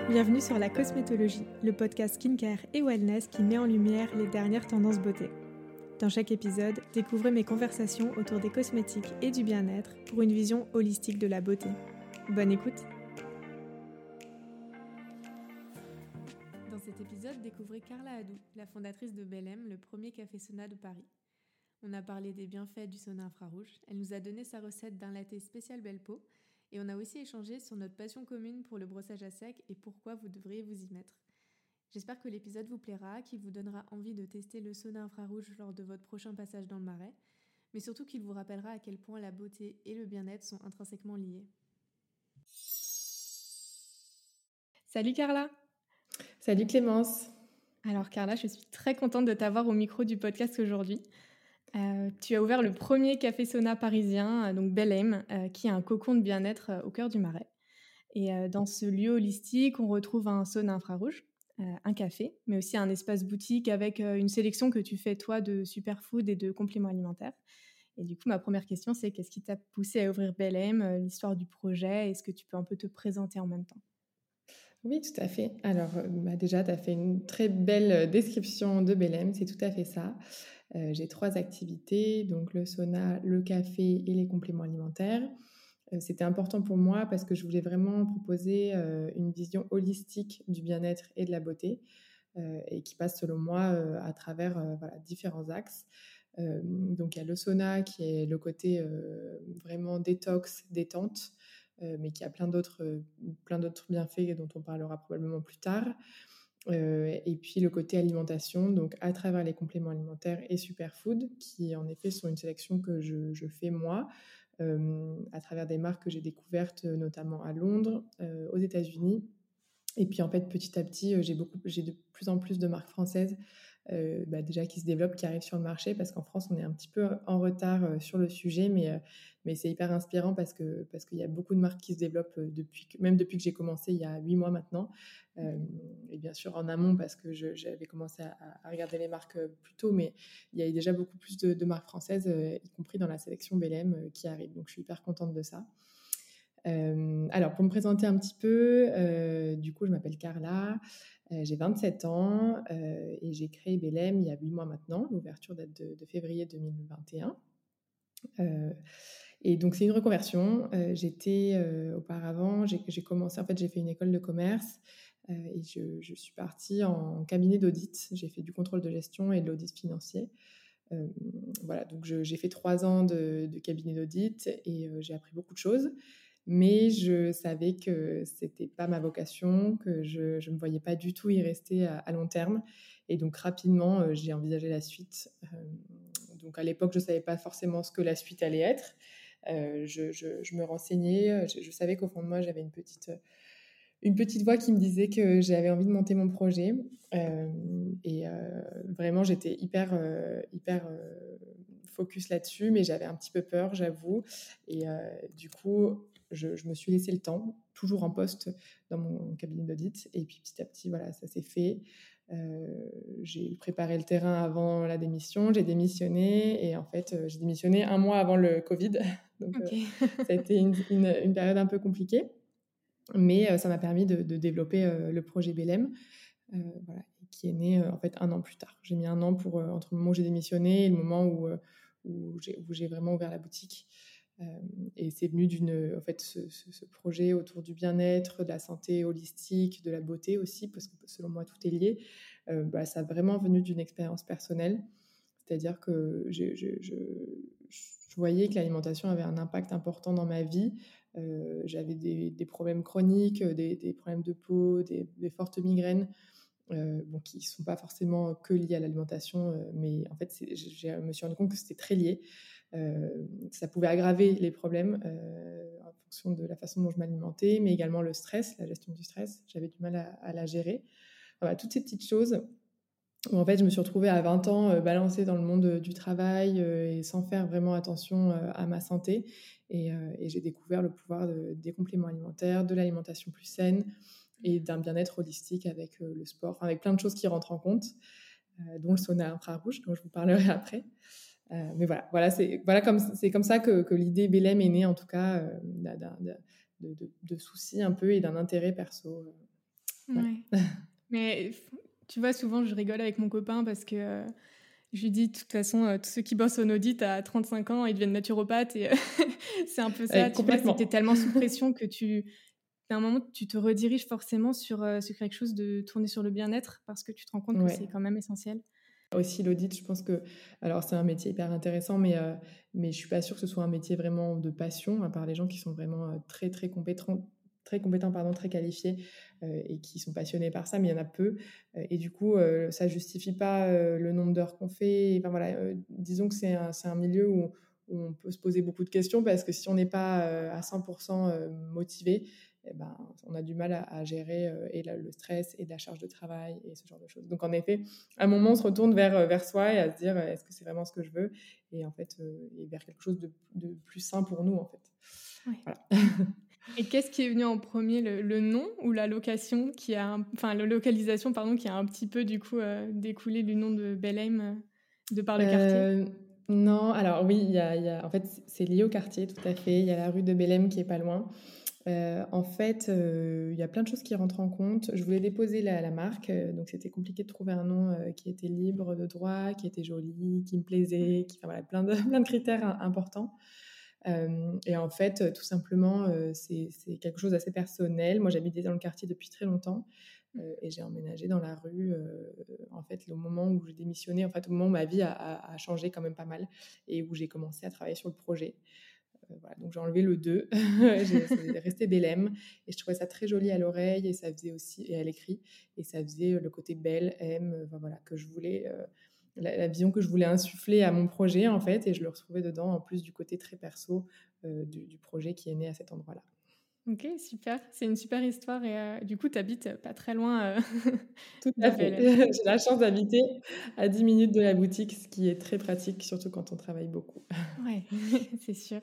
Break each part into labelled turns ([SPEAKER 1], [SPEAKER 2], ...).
[SPEAKER 1] Bienvenue sur La Cosmétologie, le podcast skincare et wellness qui met en lumière les dernières tendances beauté. Dans chaque épisode, découvrez mes conversations autour des cosmétiques et du bien-être pour une vision holistique de la beauté. Bonne écoute! Dans cet épisode, découvrez Carla Hadou, la fondatrice de Belém, le premier café sauna de Paris. On a parlé des bienfaits du sauna infrarouge, elle nous a donné sa recette d'un latte spécial belle peau, et on a aussi échangé sur notre passion commune pour le brossage à sec et pourquoi vous devriez vous y mettre. J'espère que l'épisode vous plaira, qu'il vous donnera envie de tester le sauna infrarouge lors de votre prochain passage dans le Marais, mais surtout qu'il vous rappellera à quel point la beauté et le bien-être sont intrinsèquement liés. Salut Carla!
[SPEAKER 2] Salut Clémence!
[SPEAKER 1] Alors Carla, je suis très contente de t'avoir au micro du podcast aujourd'hui. Tu as ouvert le premier café sauna parisien, donc Belém, qui est un cocon de bien-être au cœur du Marais. Et dans ce lieu holistique, on retrouve un sauna infrarouge, un café, mais aussi un espace boutique avec une sélection que tu fais toi de superfood et de compléments alimentaires. Et du coup, ma première question, c'est qu'est-ce qui t'a poussé à ouvrir Belém, l'histoire du projet? Est-ce que tu peux un peu te présenter en même temps?
[SPEAKER 2] Oui, tout à fait. Alors, déjà, tu as fait une très belle description de Belém, c'est tout à fait ça. J'ai 3 activités, donc le sauna, le café et les compléments alimentaires. C'était important pour moi parce que je voulais vraiment proposer une vision holistique du bien-être et de la beauté et qui passe, selon moi, à travers différents axes. Donc, il y a le sauna qui est le côté vraiment détox, détente, mais qui a plein d'autres bienfaits dont on parlera probablement plus tard. Et puis le côté alimentation, donc à travers les compléments alimentaires et superfood, qui en effet sont une sélection que je fais moi, à travers des marques que j'ai découvertes notamment à Londres, aux États-Unis. Et puis en fait, petit à petit, j'ai de plus en plus de marques françaises déjà qui se développent, qui arrivent sur le marché, parce qu'en France, on est un petit peu en retard sur le sujet, mais c'est hyper inspirant parce qu'il y a beaucoup de marques qui se développent même depuis que j'ai commencé il y a 8 mois maintenant. Et bien sûr en amont parce que j'avais commencé à regarder les marques plus tôt, mais il y a déjà beaucoup plus de marques françaises, y compris dans la sélection Belém, qui arrivent. Donc je suis hyper contente de ça. Alors, pour me présenter un petit peu, du coup, je m'appelle Carla, j'ai 27 ans et j'ai créé Belém il y a 8 mois maintenant. L'ouverture date de février 2021. Et donc, c'est une reconversion. Auparavant, j'ai commencé, en fait, j'ai fait une école de commerce et je suis partie en cabinet d'audit. J'ai fait du contrôle de gestion et de l'audit financier. Voilà, donc j'ai fait 3 ans de cabinet d'audit et j'ai appris beaucoup de choses. Mais je savais que c'était pas ma vocation, que je me voyais pas du tout y rester à long terme. Et donc rapidement, j'ai envisagé la suite. Donc à l'époque, je savais pas forcément ce que la suite allait être. Je me renseignais. Je savais qu'au fond de moi, j'avais une petite voix qui me disait que j'avais envie de monter mon projet. Vraiment, j'étais hyper focus là-dessus, mais j'avais un petit peu peur, j'avoue. Et du coup, je me suis laissé le temps, toujours en poste dans mon cabinet d'audit. Et puis petit à petit, voilà, ça s'est fait. J'ai préparé le terrain avant la démission, j'ai démissionné. Et en fait, j'ai démissionné 1 mois avant le Covid. Donc,
[SPEAKER 1] Ok.
[SPEAKER 2] ça a été une période un peu compliquée. Mais ça m'a permis de développer le projet Belém, voilà, qui est né en fait 1 an plus tard. J'ai mis 1 an entre le moment où j'ai démissionné et le moment où j'ai vraiment ouvert la boutique. Et c'est venu en fait, ce projet autour du bien-être, de la santé holistique, de la beauté aussi, parce que selon moi, tout est lié. Ça a vraiment venu d'une expérience personnelle. C'est-à-dire que je voyais que l'alimentation avait un impact important dans ma vie. J'avais des problèmes chroniques, des problèmes de peau, des fortes migraines, qui ne sont pas forcément que liés à l'alimentation, mais en fait, je me suis rendu compte que c'était très lié. Ça pouvait aggraver les problèmes en fonction de la façon dont je m'alimentais, mais également le stress, la gestion du stress. J'avais du mal à la gérer. Voilà, toutes ces petites choses où en fait, je me suis retrouvée à 20 ans balancée dans le monde du travail et sans faire vraiment attention à ma santé. Et j'ai découvert le pouvoir des compléments alimentaires, de l'alimentation plus saine et d'un bien-être holistique avec le sport, enfin, avec plein de choses qui rentrent en compte, dont le sauna infrarouge, dont je vous parlerai après. Mais c'est comme ça que l'idée Belém est née, en tout cas, de soucis un peu et d'un intérêt perso. Voilà.
[SPEAKER 1] Ouais. Mais tu vois, souvent, je rigole avec mon copain parce que, je lui dis: «De toute façon, tous ceux qui bossent en audit à 35 ans, ils deviennent naturopathes» et c'est un peu ça, tu vois? C'est que tu es
[SPEAKER 2] Complètement.
[SPEAKER 1] tellement sous pression que à un moment, tu te rediriges forcément sur quelque chose de tourné sur le bien-être parce que tu te rends compte que c'est
[SPEAKER 2] Ouais.
[SPEAKER 1] quand même essentiel.
[SPEAKER 2] Aussi l'audit, je pense que alors c'est un métier hyper intéressant, mais je suis pas sûre que ce soit un métier vraiment de passion, à part les gens qui sont vraiment, très compétents, pardon, très qualifiés, et qui sont passionnés par ça, mais il y en a peu, et du coup, ça justifie pas, le nombre d'heures qu'on fait. Enfin voilà, disons que c'est un milieu où on peut se poser beaucoup de questions parce que si on n'est pas, à 100 motivé, et ben, on a du mal à gérer, et le stress et la charge de travail et ce genre de choses. Donc en effet, à un moment, on se retourne vers soi et à se dire, «Est-ce que c'est vraiment ce que je veux?» Et en fait, et vers quelque chose de plus sain pour nous, en fait.
[SPEAKER 1] Ouais.
[SPEAKER 2] Voilà.
[SPEAKER 1] Et qu'est-ce qui est venu en premier, le nom ou la location qui a la localisation pardon, qui a un petit peu du coup, découlé du nom de Bellheim, de par le quartier?
[SPEAKER 2] Heu, non, alors oui, en fait, c'est lié au quartier, tout à fait. Il y a la rue de Bellem qui est pas loin. En fait, il y a plein de choses qui rentrent en compte. Je voulais déposer la marque, donc c'était compliqué de trouver un nom, qui était libre de droit, qui était joli, qui me
[SPEAKER 1] Ouais.
[SPEAKER 2] plaisait, qui enfin voilà, plein de plein de critères importants. Et en fait, tout simplement, c'est quelque chose d'assez personnel. Moi, j'habitais dans le quartier depuis très longtemps, et j'ai emménagé dans la rue, en fait, au moment où j'ai démissionné, en fait, au moment où ma vie a changé quand même pas mal et où j'ai commencé à travailler sur le projet. Voilà, donc j'ai enlevé le 2. C'est resté Bellem et je trouvais ça très joli à l'oreille et ça faisait aussi et à l'écrit et ça faisait, le côté belle, M, enfin voilà, que je voulais, la vision que je voulais insuffler à mon projet, en fait, et je le retrouvais dedans, en plus du côté très perso, du projet qui est né à cet endroit-là.
[SPEAKER 1] OK, super. C'est une super histoire et du coup, tu habites, pas très loin,
[SPEAKER 2] Tout
[SPEAKER 1] de
[SPEAKER 2] à fait.
[SPEAKER 1] Bellem.
[SPEAKER 2] J'ai la chance d'habiter à 10 minutes de la boutique, ce qui est très pratique, surtout quand on travaille beaucoup.
[SPEAKER 1] Ouais, c'est sûr.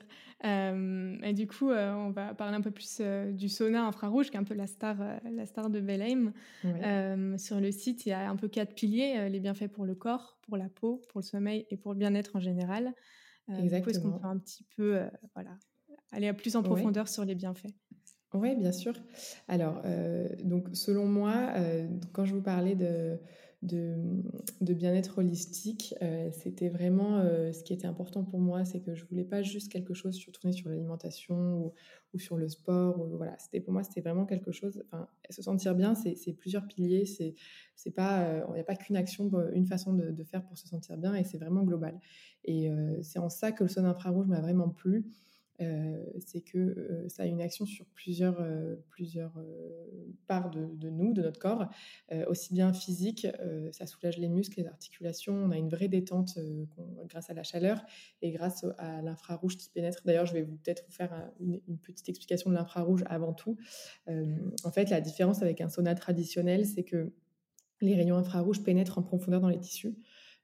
[SPEAKER 1] Et du coup, on va parler un peu plus, du sauna infrarouge qui est un peu la star de Bellheim.
[SPEAKER 2] Ouais,
[SPEAKER 1] Sur le site, il y a un peu 4 piliers, les bienfaits pour le corps, pour la peau, pour le sommeil et pour le bien-être en général. Du coup, est-ce qu'on peut
[SPEAKER 2] exactement.
[SPEAKER 1] un petit peu, voilà, aller à plus en
[SPEAKER 2] Ouais.
[SPEAKER 1] profondeur sur les bienfaits?
[SPEAKER 2] Ouais, bien sûr. Alors, donc selon moi, quand je vous parlais de, de bien-être holistique, c'était vraiment, ce qui était important pour moi, c'est que je voulais pas juste quelque chose tourné sur l'alimentation ou sur le sport ou voilà. C'était pour moi, c'était vraiment quelque chose enfin, se sentir bien, c'est plusieurs piliers, c'est pas, il y a pas qu'une action, une façon de faire pour se sentir bien et c'est vraiment global et c'est en ça que le sauna infrarouge m'a vraiment plu. C'est que, ça a une action sur plusieurs, parts de nous, de notre corps, aussi bien physique, ça soulage les muscles, les articulations, on a une vraie détente, grâce à la chaleur et grâce à l'infrarouge qui pénètre. D'ailleurs, je vais peut-être vous faire une petite explication de l'infrarouge avant tout. En fait, la différence avec un sauna traditionnel, c'est que les rayons infrarouges pénètrent en profondeur dans les tissus.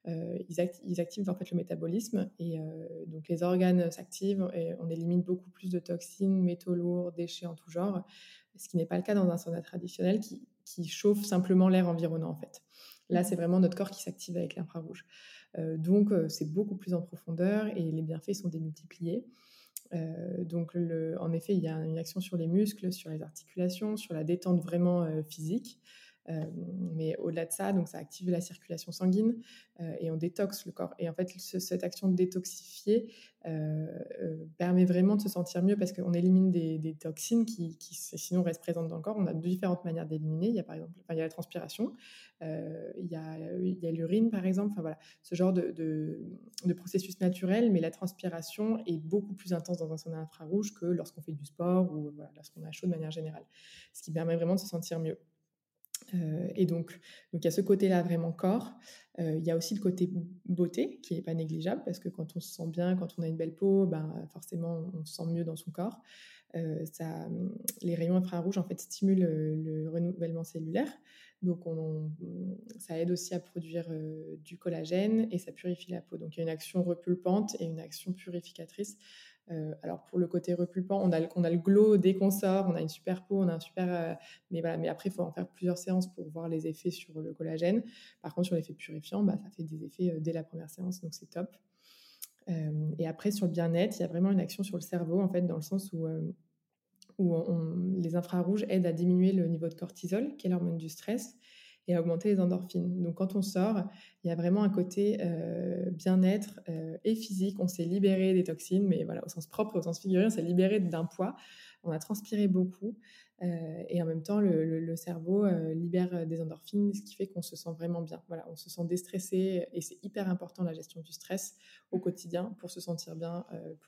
[SPEAKER 2] Ils activent en fait le métabolisme et donc les organes s'activent et on élimine beaucoup plus de toxines, métaux lourds, déchets en tout genre, ce qui n'est pas le cas dans un sauna traditionnel qui chauffe simplement l'air environnant en fait. Là, c'est
[SPEAKER 1] Mmh.
[SPEAKER 2] vraiment notre corps qui s'active avec l'infrarouge. Donc c'est beaucoup plus en profondeur et les bienfaits sont démultipliés. Donc en effet, il y a une action sur les muscles, sur les articulations, sur la détente vraiment, physique. Mais au-delà de ça, donc ça active la circulation sanguine, et on détoxe le corps et en fait, cette action de détoxifier, permet vraiment de se sentir mieux parce qu'on élimine des toxines qui sinon restent présentes dans le corps. On a différentes manières d'éliminer. Il y a par exemple enfin, il y a la transpiration, il y a l'urine par exemple, enfin voilà, ce genre de processus naturel, mais la transpiration est beaucoup plus intense dans un sauna infrarouge que lorsqu'on fait du sport ou voilà, lorsqu'on a chaud de manière générale. Ce qui permet vraiment de se sentir mieux. Et donc il y a ce côté-là vraiment corps. Il y a aussi le côté beauté qui est pas négligeable parce que quand on se sent bien, quand on a une belle peau, ben, forcément on se sent mieux dans son corps. Ça, les rayons infrarouges en fait stimulent, le renouvellement cellulaire, donc ça aide aussi à produire, du collagène et ça purifie la peau. Donc il y a une action repulpante et une action purificatrice. Alors pour le côté repulpant, on a le glow dès qu'on sort, on a une super peau, on a un super, mais voilà, mais après il faut en faire plusieurs séances pour voir les effets sur le collagène. Par contre sur l'effet purifiant, bah, ça fait des effets, dès la première séance, donc c'est top. Et après sur le bien-être, il y a vraiment une action sur le cerveau en fait dans le sens où, où les infrarouges aident à diminuer le niveau de cortisol, qui est l'hormone du stress, et à augmenter les endorphines. Donc quand on sort, il y a vraiment un côté bien-être et physique. On s'est libéré des toxines, mais voilà, au sens propre et au sens figuré, on s'est libéré d'un poids. On a transpiré beaucoup et en même temps, le cerveau libère des endorphines, ce qui fait qu'on se sent vraiment bien. Voilà, on se sent déstressé et c'est hyper important la gestion du stress au quotidien pour se sentir bien.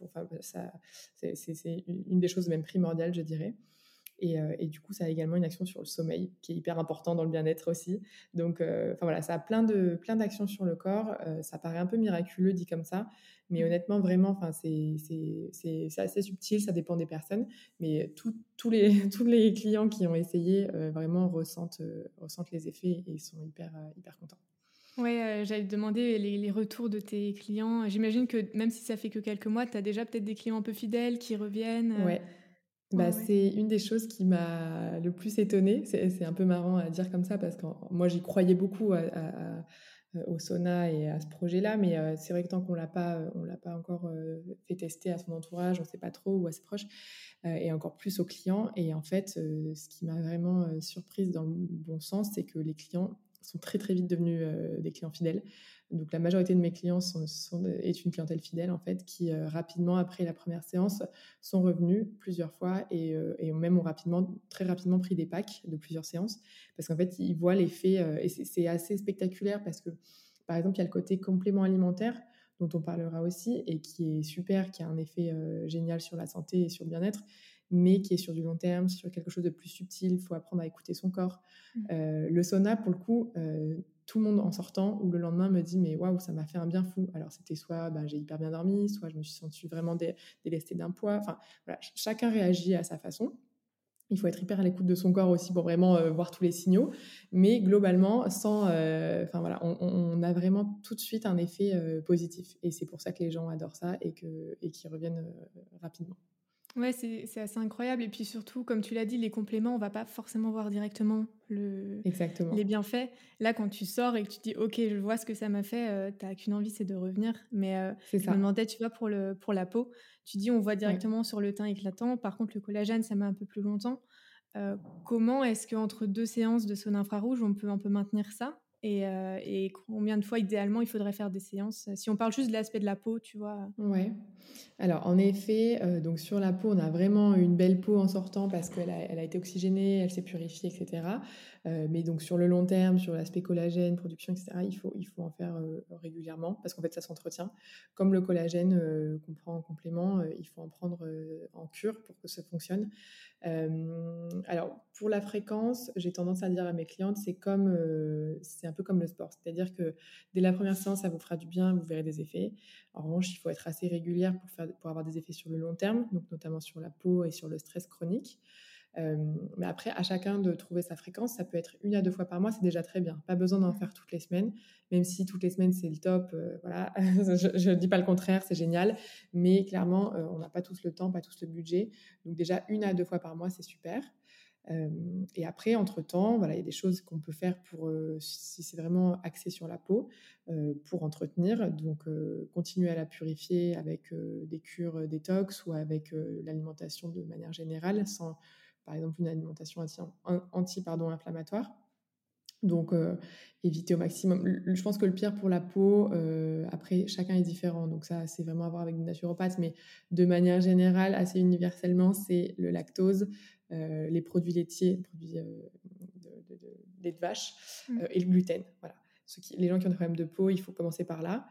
[SPEAKER 2] C'est une des choses même primordiales, je dirais. Et du coup, ça a également une action sur le sommeil qui est hyper important dans le bien-être aussi. Donc, voilà, ça a plein d'actions sur le corps. Ça paraît un peu miraculeux dit comme ça, mais honnêtement, vraiment, c'est assez subtil, ça dépend des personnes. Mais tous les, tous les clients qui ont essayé vraiment ressentent les effets et ils sont hyper contents.
[SPEAKER 1] Ouais, j'allais te demander les retours de tes clients. J'imagine que même si ça fait que quelques mois, tu as déjà peut-être des clients un peu fidèles qui reviennent.
[SPEAKER 2] Ouais.
[SPEAKER 1] Ouais,
[SPEAKER 2] Bah,
[SPEAKER 1] ouais.
[SPEAKER 2] c'est une des choses qui m'a le plus étonnée. C'est un peu marrant à dire comme ça parce que moi, j'y croyais beaucoup au sauna et à ce projet-là, mais c'est vrai que tant qu'on l'a pas encore fait tester à son entourage, on ne sait pas trop ou à ses proches, et encore plus aux clients. Et en fait, ce qui m'a vraiment surprise dans le bon sens, c'est que les clients sont très très vite devenus des clients fidèles. Donc la majorité de mes clients est une clientèle fidèle en fait, qui rapidement après la première séance sont revenus plusieurs fois et même ont très rapidement pris des packs de plusieurs séances parce qu'en fait, ils voient l'effet et c'est assez spectaculaire parce que, par exemple, il y a le côté complément alimentaire dont on parlera aussi et qui est super, qui a un effet génial sur la santé et sur le bien-être, mais qui est sur du long terme, sur quelque chose de plus subtil. Il faut apprendre à écouter son corps. Le sauna, pour le coup, tout le monde en sortant ou le lendemain me dit mais waouh, ça m'a fait un bien fou. Alors c'était soit j'ai hyper bien dormi, soit je me suis sentie vraiment délestée d'un poids. Enfin voilà, chacun réagit à sa façon. Il faut être hyper à l'écoute de son corps aussi pour vraiment voir tous les signaux. Mais globalement, voilà, on a vraiment tout de suite un effet positif. Et c'est pour ça que les gens adorent ça et qu'ils reviennent rapidement.
[SPEAKER 1] Ouais, c'est assez incroyable. Et puis surtout, comme tu l'as dit, les compléments, on va pas forcément voir directement les
[SPEAKER 2] Exactement.
[SPEAKER 1] bienfaits. Là, quand tu sors et que tu dis, OK, je vois ce que ça m'a fait, t'as qu'une envie, c'est de revenir. Mais
[SPEAKER 2] C'est
[SPEAKER 1] je me
[SPEAKER 2] ça.
[SPEAKER 1] demandais, tu vois, pour la peau, tu dis, on voit
[SPEAKER 2] Ouais.
[SPEAKER 1] directement sur le teint éclatant. Par contre, le collagène, ça met un peu plus longtemps. Comment est-ce qu'entre 2 séances de sauna infrarouge, on peut un peu maintenir ça? Et combien de fois, idéalement, il faudrait faire des séances? Si on parle juste de l'aspect de la peau, tu vois?
[SPEAKER 2] Ouais. Alors en effet, donc sur la peau, on a vraiment une belle peau en sortant parce elle a été oxygénée, elle s'est purifiée et cetera. Mais donc sur le long terme, sur l'aspect collagène, production et cetera, il faut en faire, régulièrement parce qu'en fait ça s'entretient. Comme le collagène, qu'on prend en complément, il faut en prendre, en cure pour que ça fonctionne. Alors pour la fréquence, j'ai tendance à dire à mes clientes, c'est un peu comme le sport. C'est-à-dire que dès la première séance, ça vous fera du bien, vous verrez des effets. En revanche, il faut être assez régulière pour avoir des effets sur le long terme, donc notamment sur la peau et sur le stress chronique. Mais après, à chacun de trouver sa fréquence. Ça peut être 1 à 2 fois par mois, c'est déjà très bien. Pas besoin d'en faire toutes les semaines, même si toutes les semaines, c'est le top, voilà. Je ne dis pas le contraire, c'est génial. Mais clairement, on n'a pas tous le temps, pas tous le budget. Donc déjà, 1 à 2 fois par mois, c'est super. Et après, entre-temps, voilà, il y a des choses qu'on peut faire si c'est vraiment axé sur la peau, pour entretenir. Donc, continuer à la purifier avec des cures détox ou avec l'alimentation de manière générale, sans, par exemple, une alimentation anti-inflammatoire. Donc, éviter au maximum. Je pense que le pire pour la peau, après, chacun est différent. Donc ça, c'est vraiment à voir avec des naturopathes. Mais de manière générale, assez universellement, c'est le lactose, les produits laitiers, les produits lait de vache
[SPEAKER 1] Mmh.
[SPEAKER 2] et le gluten. Voilà. Les gens qui ont des problèmes de peau, il faut commencer par là.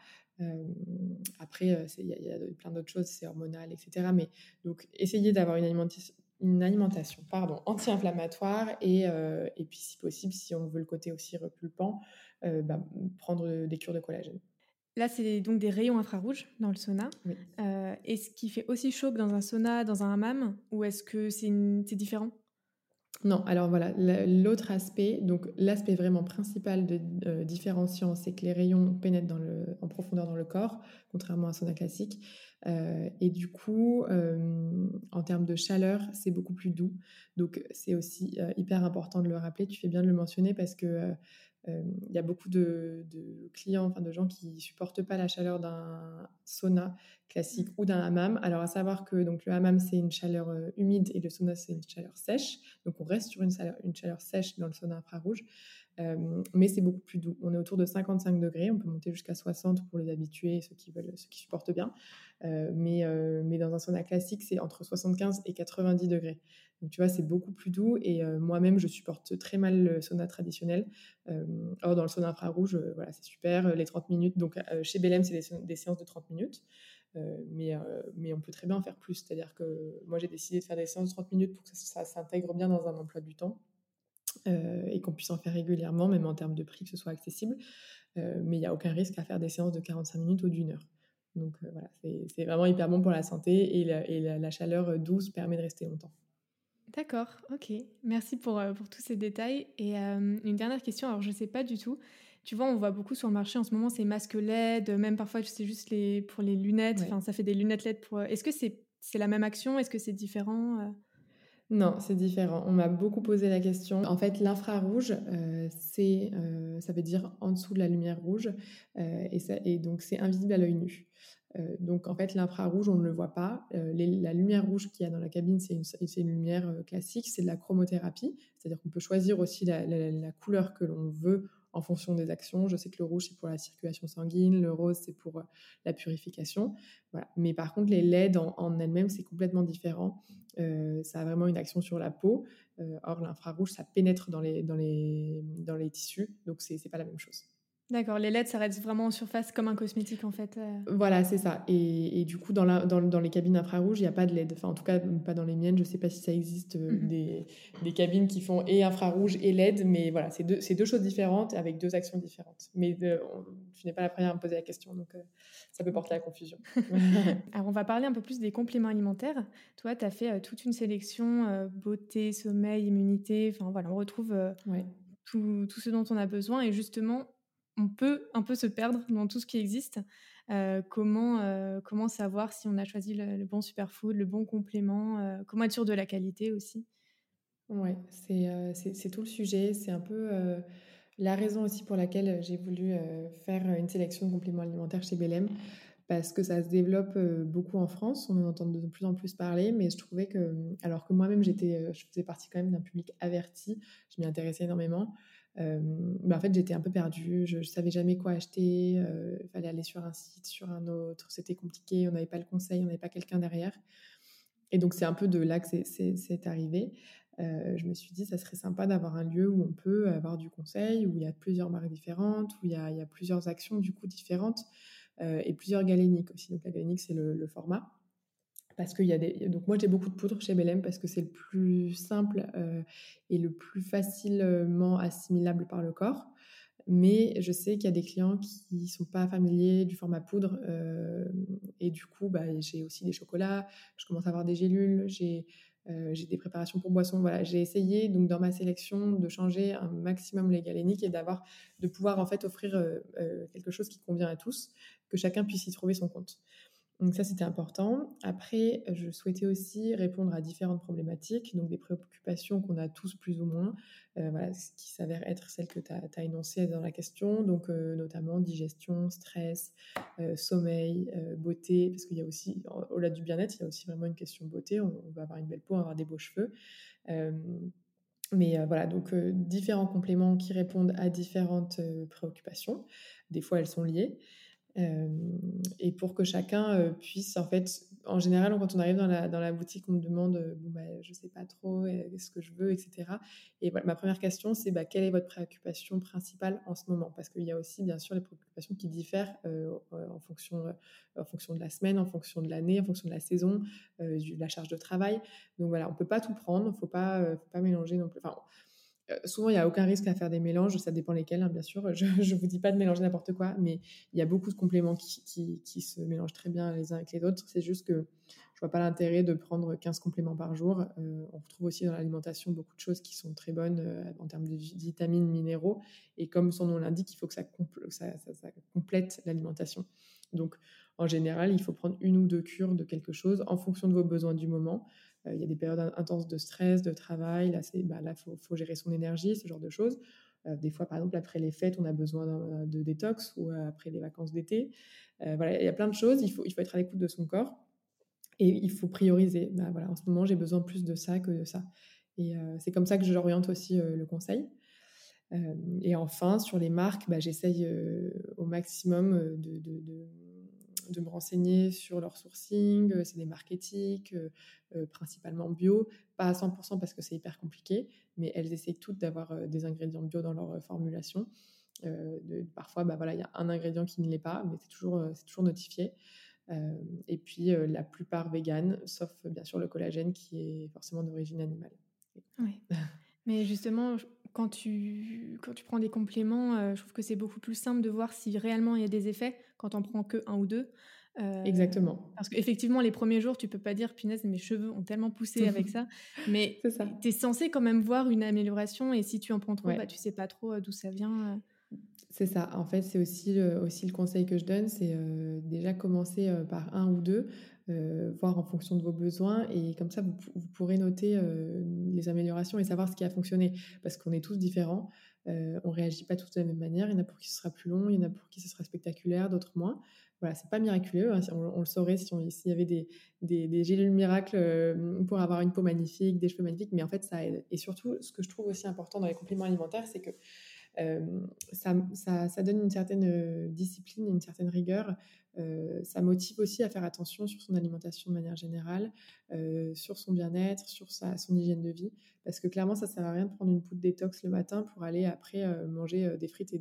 [SPEAKER 2] Après, il y a plein d'autres choses, c'est hormonal, etc. Mais donc, essayer d'avoir une alimentation anti-inflammatoire et puis si possible, si on veut le côté aussi repulpant, prendre des cures de collagène.
[SPEAKER 1] Là, c'est donc des rayons infrarouges dans le sauna.
[SPEAKER 2] Oui.
[SPEAKER 1] Est-ce qu'il fait aussi chaud que dans un sauna, dans un hammam? Ou est-ce que c'est différent?
[SPEAKER 2] Non, alors voilà, l'autre aspect, donc l'aspect vraiment principal différenciant, c'est que les rayons pénètrent en profondeur dans le corps, contrairement à un sauna classique. Et du coup, en termes de chaleur, c'est beaucoup plus doux. Donc c'est aussi hyper important de le rappeler. Tu fais bien de le mentionner parce que Il y a beaucoup de clients, enfin de gens qui supportent pas la chaleur d'un sauna classique ou d'un hammam. Alors à savoir que donc le hammam c'est une chaleur humide et le sauna c'est une chaleur sèche. Donc on reste sur une chaleur sèche dans le sauna infrarouge, mais c'est beaucoup plus doux. On est autour de 55 degrés, on peut monter jusqu'à 60 pour les habitués, ceux qui supportent bien. Mais dans un sauna classique c'est entre 75 et 90 degrés. Donc tu vois, c'est beaucoup plus doux et moi-même, je supporte très mal le sauna traditionnel. Or, dans le sauna infrarouge, voilà, c'est super, les 30 minutes. Donc, chez Belém, c'est des séances de 30 minutes. Mais on peut très bien en faire plus. C'est-à-dire que moi, j'ai décidé de faire des séances de 30 minutes pour que ça s'intègre bien dans un emploi du temps et qu'on puisse en faire régulièrement, même en termes de prix, que ce soit accessible. Mais il n'y a aucun risque à faire des séances de 45 minutes ou d'une heure. Donc, voilà, c'est vraiment hyper bon pour la santé et la chaleur douce permet de rester longtemps.
[SPEAKER 1] D'accord, ok. Merci pour tous ces détails. Et une dernière question, alors je ne sais pas du tout. Tu vois, on voit beaucoup sur le marché en ce moment ces masques LED, même parfois c'est juste pour les lunettes,
[SPEAKER 2] Ouais.
[SPEAKER 1] enfin ça fait des lunettes LED pour... Est-ce que c'est la même action? Est-ce que c'est différent?
[SPEAKER 2] Non, c'est différent. On m'a beaucoup posé la question. En fait, l'infrarouge, ça veut dire en dessous de la lumière rouge, et donc c'est invisible à l'œil nu. Donc en fait, l'infrarouge, on ne le voit pas. La lumière rouge qu'il y a dans la cabine, c'est une lumière classique, c'est de la chromothérapie, c'est-à-dire qu'on peut choisir aussi la couleur que l'on veut en fonction des actions. Je sais que le rouge, c'est pour la circulation sanguine, le rose, c'est pour la purification. Voilà. Mais par contre, les LED en elles-mêmes, c'est complètement différent. Ça a vraiment une action sur la peau. Or, l'infrarouge, ça pénètre dans les tissus, donc c'est pas la même chose.
[SPEAKER 1] D'accord, les LED, ça reste vraiment en surface comme un cosmétique en fait.
[SPEAKER 2] Voilà, c'est ça. Et du coup, dans les cabines infrarouges, il n'y a pas de LED. Enfin, en tout cas, pas dans les miennes. Je ne sais pas si ça existe
[SPEAKER 1] Mhm.
[SPEAKER 2] des cabines qui font et infrarouge et LED, mais voilà, c'est deux choses différentes avec deux actions différentes. Mais tu n'es pas la première à me poser la question, donc ça peut porter à
[SPEAKER 1] Ok.
[SPEAKER 2] la confusion.
[SPEAKER 1] Alors, on va parler un peu plus des compléments alimentaires. Toi, tu as fait toute une sélection beauté, sommeil, immunité. Enfin, voilà, on retrouve
[SPEAKER 2] Ouais.
[SPEAKER 1] tout ce dont on a besoin. Et justement, on peut un peu se perdre dans tout ce qui existe. Comment savoir si on a choisi le bon superfood, le bon complément? Comment être sûr de la qualité aussi?
[SPEAKER 2] Ouais, c'est tout le sujet. C'est un peu la raison aussi pour laquelle j'ai voulu faire une sélection de compléments alimentaires chez Belém, parce que ça se développe beaucoup en France. On en entend de plus en plus parler, mais je trouvais que, alors que moi-même je faisais partie quand même d'un public averti, je m'y intéressais énormément. En fait, j'étais un peu perdue. Je savais jamais quoi acheter. Il fallait aller sur un site, sur un autre. C'était compliqué. On n'avait pas le conseil, on n'avait pas quelqu'un derrière. Et donc, c'est un peu de là que c'est arrivé. Je me suis dit, ça serait sympa d'avoir un lieu où on peut avoir du conseil, où il y a plusieurs marques différentes, où il y a plusieurs actions du coup différentes, et plusieurs galéniques aussi. Donc, la galénique, c'est le format. Parce qu'il y a donc moi, j'ai beaucoup de poudre chez Belém parce que c'est le plus simple et le plus facilement assimilable par le corps. Mais je sais qu'il y a des clients qui ne sont pas familiers du format poudre. Et du coup, j'ai aussi des chocolats, je commence à avoir des gélules, j'ai des préparations pour boissons. Voilà, j'ai essayé donc dans ma sélection de changer un maximum les galéniques et de pouvoir en fait offrir quelque chose qui convient à tous, que chacun puisse y trouver son compte. Donc ça, c'était important. Après, je souhaitais aussi répondre à différentes problématiques, donc des préoccupations qu'on a tous plus ou moins, voilà, ce qui s'avère être celles que tu as énoncées dans la question, donc notamment digestion, stress, sommeil, beauté, parce qu'il y a aussi, au-delà du bien-être, il y a aussi vraiment une question beauté. On va avoir une belle peau, on va avoir des beaux cheveux. Euh, mais voilà, donc différents compléments qui répondent à différentes préoccupations. Des fois, elles sont liées. Et pour que chacun puisse, en fait, en général, quand on arrive dans la boutique, on me demande, je sais pas trop, ce que je veux, etc. Et voilà, ma première question, c'est quelle est votre préoccupation principale en ce moment? Parce qu'il y a aussi, bien sûr, les préoccupations qui diffèrent en fonction de la semaine, en fonction de l'année, en fonction de la saison, de la charge de travail. Donc voilà, on peut pas tout prendre, faut pas mélanger non plus. Enfin, souvent, il n'y a aucun risque à faire des mélanges, ça dépend lesquels, hein, bien sûr. Je ne vous dis pas de mélanger n'importe quoi, mais il y a beaucoup de compléments qui se mélangent très bien les uns avec les autres. C'est juste que je ne vois pas l'intérêt de prendre 15 compléments par jour. On retrouve aussi dans l'alimentation beaucoup de choses qui sont très bonnes en termes de vitamines, minéraux. Et comme son nom l'indique, il faut que ça complète l'alimentation. Donc, en général, il faut prendre une ou deux cures de quelque chose en fonction de vos besoins du moment. Il y a des périodes intenses de stress, de travail. Là, faut gérer son énergie, ce genre de choses. Des fois, par exemple, après les fêtes, on a besoin de détox ou après les vacances d'été. Voilà, il y a plein de choses. Il faut être à l'écoute de son corps et il faut prioriser. Bah, voilà, en ce moment, j'ai besoin plus de ça que de ça. Et c'est comme ça que j'oriente aussi le conseil. Et enfin, sur les marques, bah, j'essaye au maximum de me renseigner sur leur sourcing. C'est des marques éthiques, principalement bio. Pas à 100% parce que c'est hyper compliqué, mais elles essayent toutes d'avoir des ingrédients bio dans leur formulation. Parfois, bah, voilà, il y a un ingrédient qui ne l'est pas, mais c'est toujours notifié. Et puis, la plupart véganes, sauf bien sûr le collagène qui est forcément d'origine animale.
[SPEAKER 1] Ouais. Mais justement, quand tu prends des compléments, je trouve que c'est beaucoup plus simple de voir si réellement il y a des effets quand on prend que un ou 2.
[SPEAKER 2] Exactement.
[SPEAKER 1] Parce qu'effectivement, les premiers jours, tu peux pas dire: «Punaise, mes cheveux ont tellement poussé avec ça», mais
[SPEAKER 2] C'est ça.
[SPEAKER 1] tu es censé quand même voir une amélioration et si tu en prends trop,
[SPEAKER 2] Ouais.
[SPEAKER 1] bah, tu sais pas trop, d'où ça vient.
[SPEAKER 2] C'est ça. En fait, c'est aussi le conseil que je donne, c'est déjà commencer par un ou deux, voir en fonction de vos besoins. Et comme ça, vous pourrez noter les améliorations et savoir ce qui a fonctionné. Parce qu'on est tous différents. On ne réagit pas tous de la même manière. Il y en a pour qui ce sera plus long, il y en a pour qui ce sera spectaculaire, d'autres moins. Voilà, c'est pas miraculeux, hein. On le saurait s'il y avait des gélules miracles pour avoir une peau magnifique, des cheveux magnifiques. Mais en fait, ça aide. Et surtout, ce que je trouve aussi important dans les compléments alimentaires, c'est que ça donne une certaine discipline, une certaine rigueur. Ça motive aussi à faire attention sur son alimentation de manière générale, sur son bien-être, sur son hygiène de vie. Parce que clairement, ça ne sert à rien de prendre une poudre détox le matin pour aller après manger des frites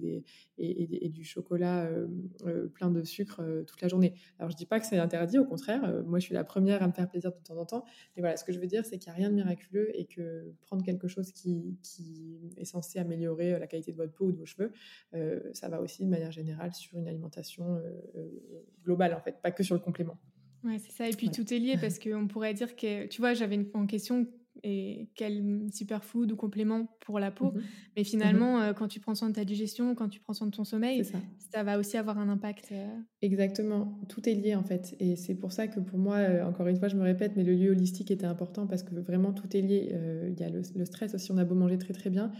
[SPEAKER 2] et du chocolat plein de sucre toute la journée. Alors, je ne dis pas que c'est interdit, au contraire. Moi, je suis la première à me faire plaisir de temps en temps. Mais voilà, ce que je veux dire, c'est qu'il n'y a rien de miraculeux et que prendre quelque chose qui est censé améliorer la qualité de votre peau ou de vos cheveux, ça va aussi de manière générale sur une alimentation globale, en fait, pas que sur le complément.
[SPEAKER 1] Ouais, c'est ça et puis
[SPEAKER 2] Voilà.
[SPEAKER 1] tout est lié parce qu'on pourrait dire que tu vois, j'avais en question et quel superfood ou complément pour la peau,
[SPEAKER 2] Mhm.
[SPEAKER 1] mais
[SPEAKER 2] Mhm.
[SPEAKER 1] finalement, quand tu prends soin de ta digestion, quand tu prends soin de ton
[SPEAKER 2] C'est
[SPEAKER 1] sommeil,
[SPEAKER 2] ça.
[SPEAKER 1] ça va aussi avoir un impact.
[SPEAKER 2] Exactement, tout est lié en fait. Et c'est pour ça que pour moi, encore une fois, je me répète, mais le lieu holistique était important parce que vraiment tout est lié. Il y a le stress aussi, on a beau manger très très bien.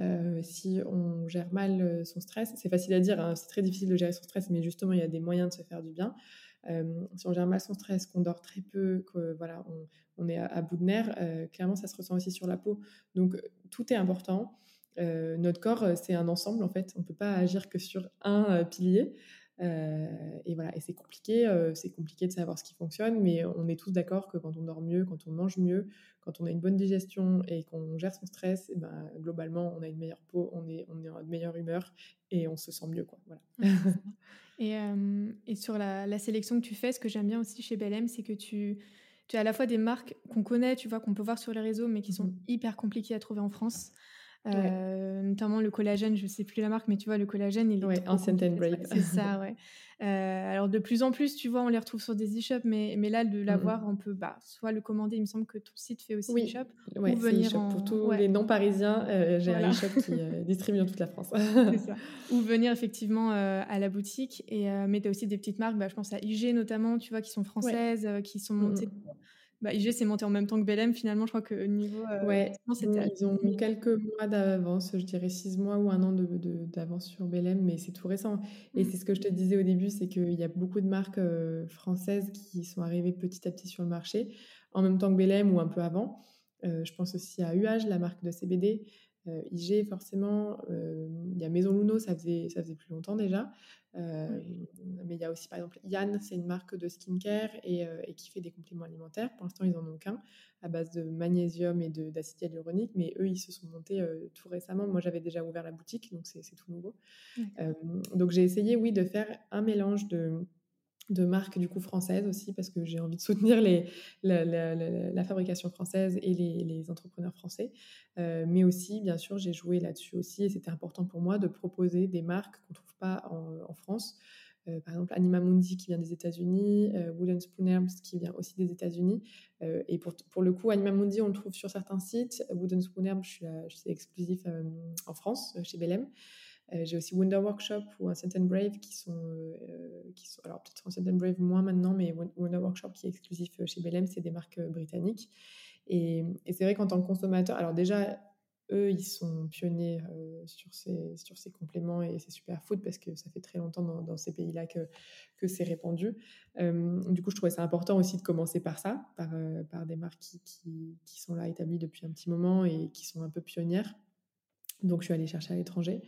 [SPEAKER 2] Si on gère mal son stress, c'est facile à dire, hein, c'est très difficile de gérer son stress, mais justement, il y a des moyens de se faire du bien. Si on gère mal son stress, qu'on dort très peu, que voilà, on est à bout de nerfs, clairement, ça se ressent aussi sur la peau. Donc, tout est important. Notre corps, c'est un ensemble en fait. On ne peut pas agir que sur un pilier. Et voilà, et c'est compliqué de savoir ce qui fonctionne, mais on est tous d'accord que quand on dort mieux, quand on mange mieux, quand on a une bonne digestion et qu'on gère son stress, et ben, globalement, on a une meilleure peau, on est en meilleure humeur et on se sent mieux, quoi. Voilà.
[SPEAKER 1] Ouais, c'est ça et sur la sélection que tu fais, ce que j'aime bien aussi chez Belle M, c'est que tu as à la fois des marques qu'on connaît, tu vois, qu'on peut voir sur les réseaux, mais qui sont
[SPEAKER 2] Mhm.
[SPEAKER 1] hyper compliquées à trouver en France.
[SPEAKER 2] Ouais,
[SPEAKER 1] Notamment le collagène, je sais plus la marque, mais tu vois, le collagène, il est
[SPEAKER 2] ouais,
[SPEAKER 1] trop
[SPEAKER 2] Ancient and
[SPEAKER 1] compliqué à trouver.
[SPEAKER 2] Brave.
[SPEAKER 1] C'est ça, ouais. Alors de plus en plus, tu vois, on les retrouve sur des e-shops, mais là, de l'avoir,
[SPEAKER 2] Mhm.
[SPEAKER 1] on peut, bah, soit le commander, il me semble que ton site fait aussi
[SPEAKER 2] Oui,
[SPEAKER 1] e-shop, ou
[SPEAKER 2] ouais, c'est
[SPEAKER 1] venir
[SPEAKER 2] e-shop. Pour
[SPEAKER 1] en
[SPEAKER 2] tous
[SPEAKER 1] ouais,
[SPEAKER 2] les non-parisiens, j'ai un
[SPEAKER 1] voilà.
[SPEAKER 2] e-shop qui distribue dans toute la France.
[SPEAKER 1] C'est ça. Ou venir effectivement, à la boutique mais tu as aussi des petites marques, bah, je pense à IG notamment, tu vois, qui sont
[SPEAKER 2] Ouais.
[SPEAKER 1] françaises, qui sont montées
[SPEAKER 2] Mhm.
[SPEAKER 1] bah, IG c'est monté en même temps que Belle M finalement, je crois que niveau,
[SPEAKER 2] Ouais,
[SPEAKER 1] lancement, c'était assez
[SPEAKER 2] ils ont
[SPEAKER 1] similaire.
[SPEAKER 2] quelques mois d'avance, je dirais 6 mois ou un an d'avance sur Belém, mais c'est tout récent. Et
[SPEAKER 1] Mmh.
[SPEAKER 2] c'est ce que je te disais au début, c'est qu'il y a beaucoup de marques françaises qui sont arrivées petit à petit sur le marché, en même temps que Belém ou un peu avant. Je pense aussi à UH, la marque de CBD, IG forcément, il y a Maison Luno, ça faisait plus longtemps déjà. Euh,
[SPEAKER 1] Ouais.
[SPEAKER 2] mais il y a aussi par exemple Yann, c'est une marque de skincare et qui fait des compléments alimentaires. Pour l'instant, ils en ont qu'un à base de magnésium et d'acide hyaluronique, mais eux, ils se sont montés tout récemment. Moi, j'avais déjà ouvert la boutique, donc c'est tout nouveau.
[SPEAKER 1] D'accord.
[SPEAKER 2] Donc, j'ai essayé, oui, de faire un mélange de marques du coup françaises aussi, parce que j'ai envie de soutenir la fabrication française et les entrepreneurs français. Mais aussi, bien sûr, j'ai joué là-dessus aussi, et c'était important pour moi de proposer des marques qu'on ne trouve pas en France. Par exemple, Anima Mundi qui vient des États-Unis, Wooden Spoon Herbs qui vient aussi des États-Unis. Et pour le coup, Anima Mundi, on le trouve sur certains sites. Wooden Spoon Herbs, c'est exclusif en France, chez Belém. J'ai aussi Wonder Workshop ou Ancient and Brave qui sont alors peut-être Ancient and Brave moins maintenant, mais Wonder Workshop qui est exclusif chez Belém, c'est des marques britanniques. Et c'est vrai qu'en tant que consommateur, alors déjà, eux, ils sont pionniers sur ces compléments et ces superfoods parce que ça fait très longtemps dans ces pays-là que c'est répandu. Du coup, je trouvais ça important aussi de commencer par ça, par des marques qui sont là établies depuis un petit moment et qui sont un peu pionnières. Donc, je suis allée chercher à l'étranger.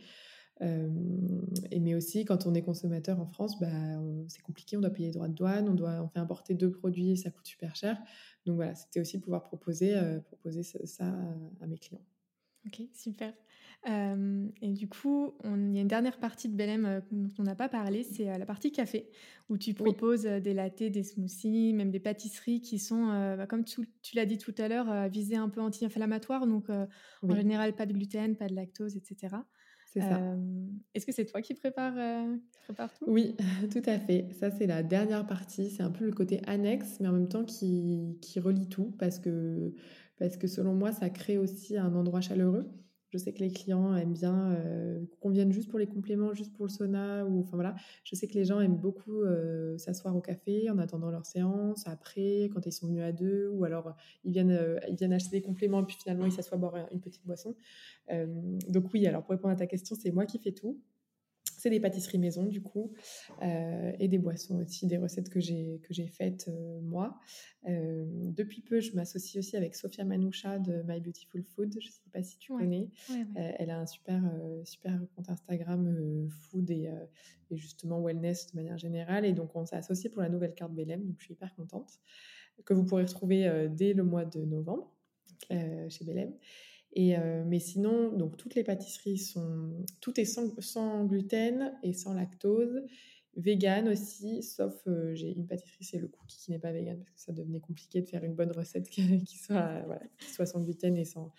[SPEAKER 2] Mais aussi, quand on est consommateur en France, c'est compliqué, on doit payer les droits de douane, on fait importer 2 produits, ça coûte super cher. Donc voilà, c'était aussi pouvoir proposer ça à mes clients.
[SPEAKER 1] OK, super. Et du coup, il y a une dernière partie de Belém, dont on n'a pas parlé, c'est, la partie café, où tu
[SPEAKER 2] Oui,
[SPEAKER 1] proposes, des lattés, des smoothies, même des pâtisseries qui sont, comme tu l'as dit tout à l'heure, visées un peu anti-inflammatoires, donc en
[SPEAKER 2] oui,
[SPEAKER 1] général pas de gluten, pas de lactose et cetera.
[SPEAKER 2] c'est ça.
[SPEAKER 1] Est-ce que c'est toi qui prépares tout?
[SPEAKER 2] Oui, tout à fait. Ça, c'est la dernière partie. C'est un peu le côté annexe, mais en même temps qui relie tout parce que selon moi, ça crée aussi un endroit chaleureux. Je sais que les clients aiment bien qu'on vienne juste pour les compléments, juste pour le sauna. Ou, enfin voilà, je sais que les gens aiment beaucoup s'asseoir au café en attendant leur séance, après, quand ils sont venus à deux, ou alors ils viennent acheter des compléments et puis finalement ils s'assoient boire une petite boisson. Euh, donc oui, alors pour répondre à ta question, c'est moi qui fais tout. C'est des pâtisseries maison du coup et des boissons aussi, des recettes que j'ai faites moi. Depuis peu, je m'associe aussi avec Sophia Manoucha de My Beautiful Food. Je ne sais pas si tu
[SPEAKER 1] Ouais,
[SPEAKER 2] connais.
[SPEAKER 1] ouais, ouais.
[SPEAKER 2] Elle a un super compte Instagram food et justement wellness de manière générale. Et donc, on s'est associé pour la nouvelle carte Belém. Donc, je suis hyper contente. Que vous pourrez retrouver dès le mois de novembre
[SPEAKER 1] OK.
[SPEAKER 2] chez Belém. Mais sinon, donc toutes les pâtisseries tout est sans gluten et sans lactose, vegan aussi, sauf j'ai une pâtisserie, c'est le cookie qui n'est pas vegan parce que ça devenait compliqué de faire une bonne recette qui soit, voilà, qui soit sans gluten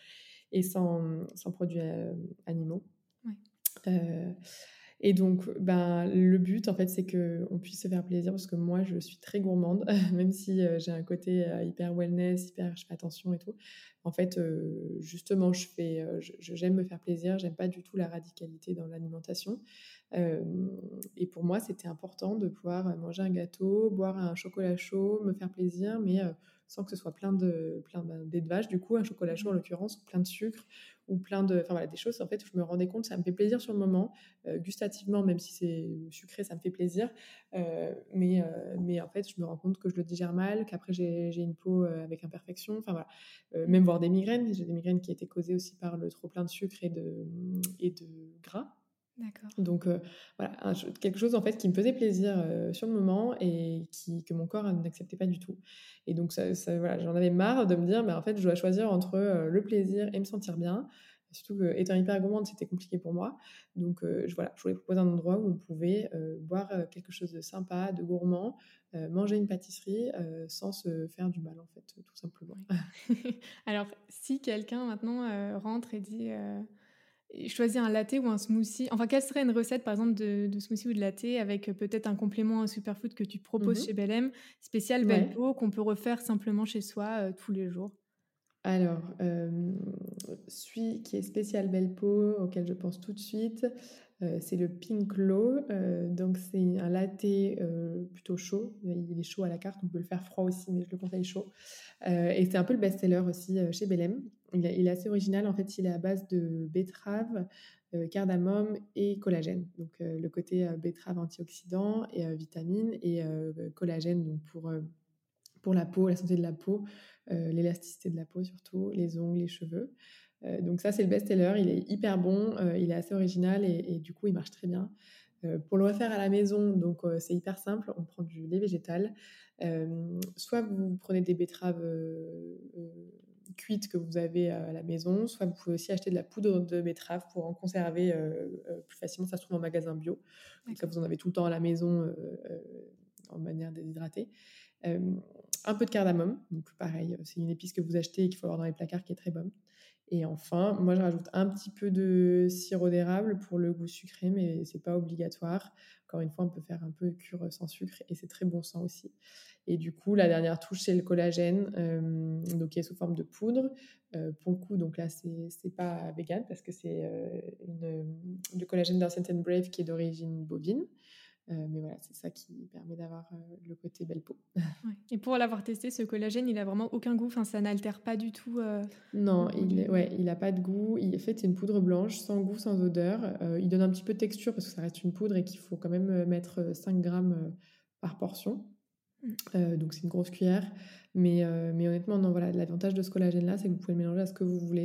[SPEAKER 2] sans produits animaux.
[SPEAKER 1] Ouais.
[SPEAKER 2] Euh, et donc, le but, en fait, c'est qu'on puisse se faire plaisir parce que moi, je suis très gourmande, même si j'ai un côté hyper wellness, je fais attention et tout. En fait, justement, j'aime me faire plaisir, j'aime pas du tout la radicalité dans l'alimentation. Euh, et pour moi, c'était important de pouvoir manger un gâteau, boire un chocolat chaud, me faire plaisir, mais sans que ce soit plein d'ailes de vache, du coup, un chocolat chaud en
[SPEAKER 1] Mmh.
[SPEAKER 2] l'occurrence, ou plein de sucre, ou enfin voilà, des choses en fait où je me rendais compte, ça me fait plaisir sur le moment, gustativement, même si c'est sucré, ça me fait plaisir, mais en fait, je me rends compte que je le digère mal, qu'après j'ai une peau avec imperfection, enfin voilà,
[SPEAKER 1] Mmh.
[SPEAKER 2] même voir des migraines, j'ai des migraines qui étaient causées aussi par le trop plein de sucre et de gras.
[SPEAKER 1] D'accord.
[SPEAKER 2] Donc voilà, quelque chose en fait qui me faisait plaisir sur le moment et que mon corps n'acceptait pas du tout. Et donc voilà, j'en avais marre de me dire, mais en fait, je dois choisir entre le plaisir et me sentir bien. Surtout que étant hyper gourmande, c'était compliqué pour moi. Donc voilà, je voulais proposer un endroit où on pouvait boire quelque chose de sympa, de gourmand, manger une pâtisserie sans se faire du mal en fait, tout simplement.
[SPEAKER 1] Ouais. Alors, si quelqu'un maintenant, rentre et dit, et choisit un latte ou un smoothie, enfin, quelle serait une recette, par exemple, de smoothie ou de latte avec, peut-être un complément, un superfood que tu proposes chez
[SPEAKER 2] Mhm.
[SPEAKER 1] Belém, spécial
[SPEAKER 2] Ouais.
[SPEAKER 1] Belpo, qu'on peut refaire simplement chez soi, tous les jours?
[SPEAKER 2] Alors, celui qui est spécial Belpo, auquel je pense tout de suite, c'est le Pink Law. Donc c'est un latte, plutôt chaud. Il est chaud à la carte, on peut le faire froid aussi, mais je le conseille chaud. Et c'est un peu le best-seller aussi, chez Belém. Il est assez original, en fait, il est à base de betterave, cardamome et collagène. Donc le côté, betterave antioxydant et vitamines et collagène donc pour la peau, la santé de la peau, l'élasticité de la peau surtout, les ongles, les cheveux. Donc ça, c'est le best-seller. Il est hyper bon, il est assez original et du coup, il marche très bien. Pour le refaire à la maison, donc c'est hyper simple. On prend du lait végétal. Soit vous prenez des betteraves cuites que vous avez à la maison, soit vous pouvez aussi acheter de la poudre de betterave pour en conserver plus facilement. Ça se trouve en magasin bio. Comme ça,
[SPEAKER 1] D'accord.
[SPEAKER 2] vous en avez tout le temps à la maison en manière déshydratée. Euh, un peu de cardamome, donc pareil, c'est une épice que vous achetez et qu'il faut avoir dans les placards qui est très bonne. Et enfin, moi je rajoute un petit peu de sirop d'érable pour le goût sucré, mais c'est pas obligatoire. Encore une fois, on peut faire un peu cure sans sucre et c'est très bon sang aussi. Et du coup, la dernière touche, c'est le collagène, donc qui est sous forme de poudre. Pour le coup, donc là, c'est pas vegan parce que c'est du collagène d'Ancient Brave qui est d'origine bovine. Mais voilà, c'est ça qui permet d'avoir le côté belle peau.
[SPEAKER 1] Ouais. Et pour l'avoir testé, ce collagène, il a vraiment aucun goût, enfin, ça n'altère pas du tout le
[SPEAKER 2] Non,
[SPEAKER 1] goût du...
[SPEAKER 2] il a pas de goût. En fait, c'est une poudre blanche, sans goût, sans odeur. Il donne un petit peu de texture parce que ça reste une poudre et qu'il faut quand même mettre 5 grammes par portion.
[SPEAKER 1] Mm.
[SPEAKER 2] Donc c'est une grosse cuillère. Mais honnêtement, non, voilà, l'avantage de ce collagène-là, c'est que vous pouvez le mélanger à ce que vous voulez.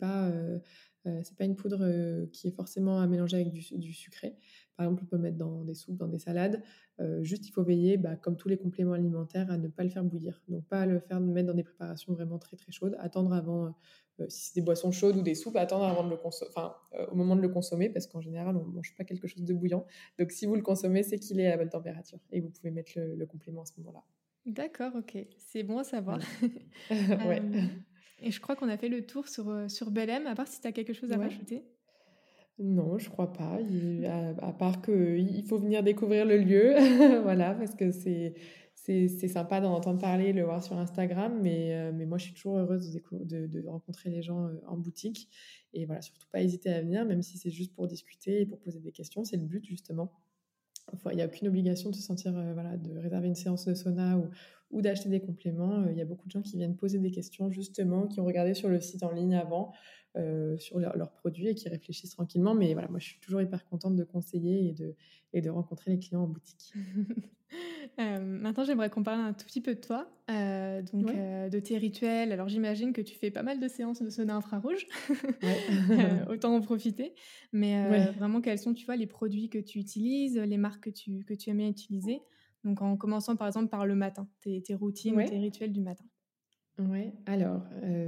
[SPEAKER 2] C'est pas une poudre qui est forcément à mélanger avec du sucré. Par exemple, on peut le mettre dans des soupes, dans des salades. Juste, il faut veiller, comme tous les compléments alimentaires, à ne pas le faire bouillir. Donc pas mettre dans des préparations vraiment très très chaudes. Attendre avant, si c'est des boissons chaudes ou des soupes, attendre avant de le consommer, au moment de le consommer, parce qu'en général, on ne mange pas quelque chose de bouillant. Donc si vous le consommez, c'est qu'il est à la bonne température. Et vous pouvez mettre le complément à ce moment-là.
[SPEAKER 1] D'accord, ok. C'est bon à savoir.
[SPEAKER 2] Voilà. Ouais.
[SPEAKER 1] Euh, et je crois qu'on a fait le tour sur Belém, à part si tu as quelque chose à
[SPEAKER 2] Ouais.
[SPEAKER 1] rajouter.
[SPEAKER 2] Non, je crois pas. À part qu'il faut venir découvrir le lieu, voilà, parce que c'est sympa d'en entendre parler, le voir sur Instagram, mais moi je suis toujours heureuse de rencontrer les gens en boutique. Et voilà, surtout pas hésiter à venir, même si c'est juste pour discuter et pour poser des questions, c'est le but justement. Enfin, il n'y a aucune obligation de se sentir, voilà, de réserver une séance de sauna ou d'acheter des compléments. Il y a beaucoup de gens qui viennent poser des questions, justement, qui ont regardé sur le site en ligne avant, sur leurs produits et qui réfléchissent tranquillement. Mais voilà, moi, je suis toujours hyper contente de conseiller et de rencontrer les clients en boutique.
[SPEAKER 1] Maintenant, j'aimerais qu'on parle un tout petit peu de toi, donc
[SPEAKER 2] Ouais,
[SPEAKER 1] de tes rituels. Alors, j'imagine que tu fais pas mal de séances de sauna infrarouge,
[SPEAKER 2] ouais,
[SPEAKER 1] autant en profiter. Mais
[SPEAKER 2] ouais,
[SPEAKER 1] vraiment, quels sont, tu vois, les produits que tu utilises, les marques que tu aimes bien utiliser? Donc, en commençant par exemple par le matin, tes routines ou tes
[SPEAKER 2] ouais.
[SPEAKER 1] rituels du matin.
[SPEAKER 2] Ouais, alors,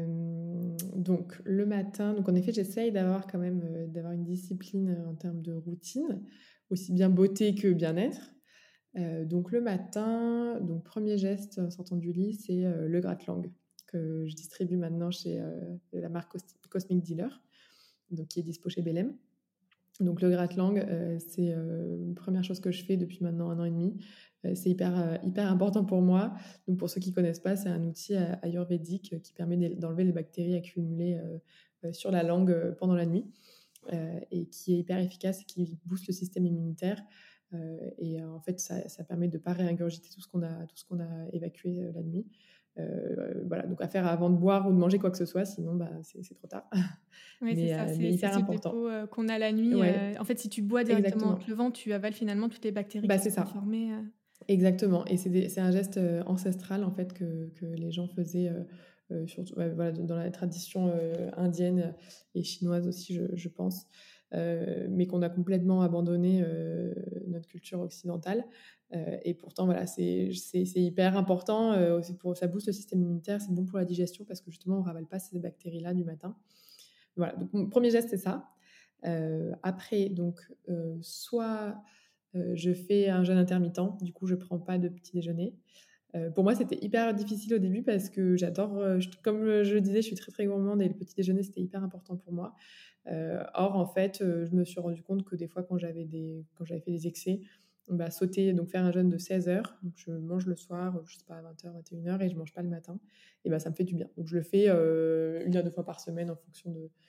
[SPEAKER 2] donc le matin, donc en effet, j'essaye d'avoir quand même, d'avoir une discipline, en termes de routine, aussi bien beauté que bien-être. Donc le matin, donc 1er geste en sortant du lit, c'est, le gratte-langue que je distribue maintenant chez, la marque Cosmic Dealer, donc qui est dispo chez Belém. Donc le gratte-langue, c'est, 1re chose que je fais depuis maintenant 1 an et demi. C'est hyper important pour moi. Donc pour ceux qui connaissent pas, c'est un outil ayurvédique qui permet d'enlever les bactéries accumulées, sur la langue, pendant la nuit, et qui est hyper efficace et qui booste le système immunitaire. En fait, ça permet de ne pas réingurgiter tout ce qu'on a évacué la nuit. Voilà, donc à faire avant de boire ou de manger quoi que ce soit, sinon c'est trop tard.
[SPEAKER 1] Oui, c'est
[SPEAKER 2] Mais,
[SPEAKER 1] ça,
[SPEAKER 2] euh, mais
[SPEAKER 1] c'est
[SPEAKER 2] hyper
[SPEAKER 1] ce
[SPEAKER 2] important.
[SPEAKER 1] dépôt qu'on a la nuit.
[SPEAKER 2] Ouais,
[SPEAKER 1] En fait, si tu bois directement en te
[SPEAKER 2] exactement.
[SPEAKER 1] levant, tu avales finalement toutes les bactéries
[SPEAKER 2] Bah,
[SPEAKER 1] qui se
[SPEAKER 2] c'est
[SPEAKER 1] sont
[SPEAKER 2] ça.
[SPEAKER 1] formées.
[SPEAKER 2] Exactement. Et c'est un geste ancestral en fait que les gens faisaient, surtout ouais, voilà, dans la tradition indienne et chinoise aussi, je pense, mais qu'on a complètement abandonné, notre culture occidentale. Et pourtant, voilà, c'est hyper important. Ça booste le système immunitaire, c'est bon pour la digestion parce que justement, on ne ravale pas ces bactéries-là du matin. Voilà, donc mon premier geste, c'est ça. Après, donc, soit je fais un jeûne intermittent, du coup, je prends pas de petit déjeuner. Pour moi, c'était hyper difficile au début parce que j'adore, comme je le disais, je suis très, très gourmande et le petit déjeuner, c'était hyper important pour moi. Or, en fait, je me suis rendu compte que des fois, quand j'avais fait des excès, sauter, donc faire un jeûne de 16 heures, donc je mange le soir, je sais pas, à 20h, 21h et je mange pas le matin et ça me fait du bien. Donc je le fais, 1 à 2 fois par semaine en fonction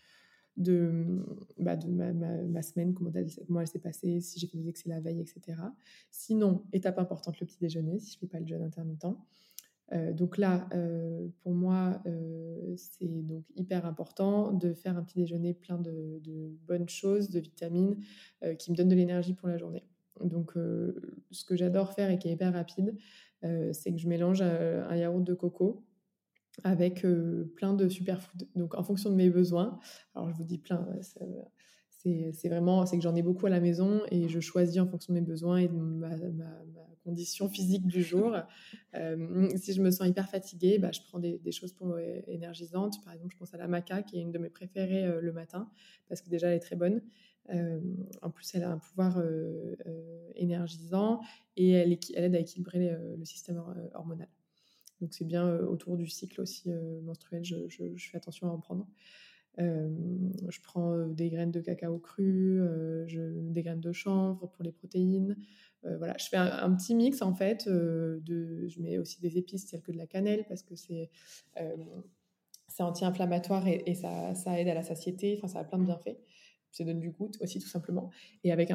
[SPEAKER 2] de ma semaine, comment elle s'est passée, si j'ai fait des excès la veille, etc. Sinon, étape importante, le petit déjeuner, si je ne fais pas le jeûne intermittent. Donc là, pour moi, c'est donc hyper important de faire un petit déjeuner plein de bonnes choses, de vitamines, qui me donnent de l'énergie pour la journée. Donc, ce que j'adore faire et qui est hyper rapide, c'est que je mélange un yaourt de coco avec plein de superfoods. Donc en fonction de mes besoins, alors je vous dis plein, c'est que j'en ai beaucoup à la maison et je choisis en fonction de mes besoins et de ma condition physique du jour. Si je me sens hyper fatiguée, je prends des choses pour énergisantes. Par exemple, je pense à la maca qui est une de mes préférées le matin parce que déjà elle est très bonne. En plus, elle a un pouvoir énergisant et elle aide à équilibrer le système hormonal. Donc c'est bien autour du cycle aussi menstruel, je fais attention à en prendre. Je prends des graines de cacao cru, des graines de chanvre pour les protéines. Voilà, je fais un petit mix en fait. Je mets aussi des épices telles que de la cannelle parce que euh, c'est anti-inflammatoire et ça aide à la satiété. Enfin, ça a plein de bienfaits. Ça donne du goût aussi tout simplement. Et avec un fruit.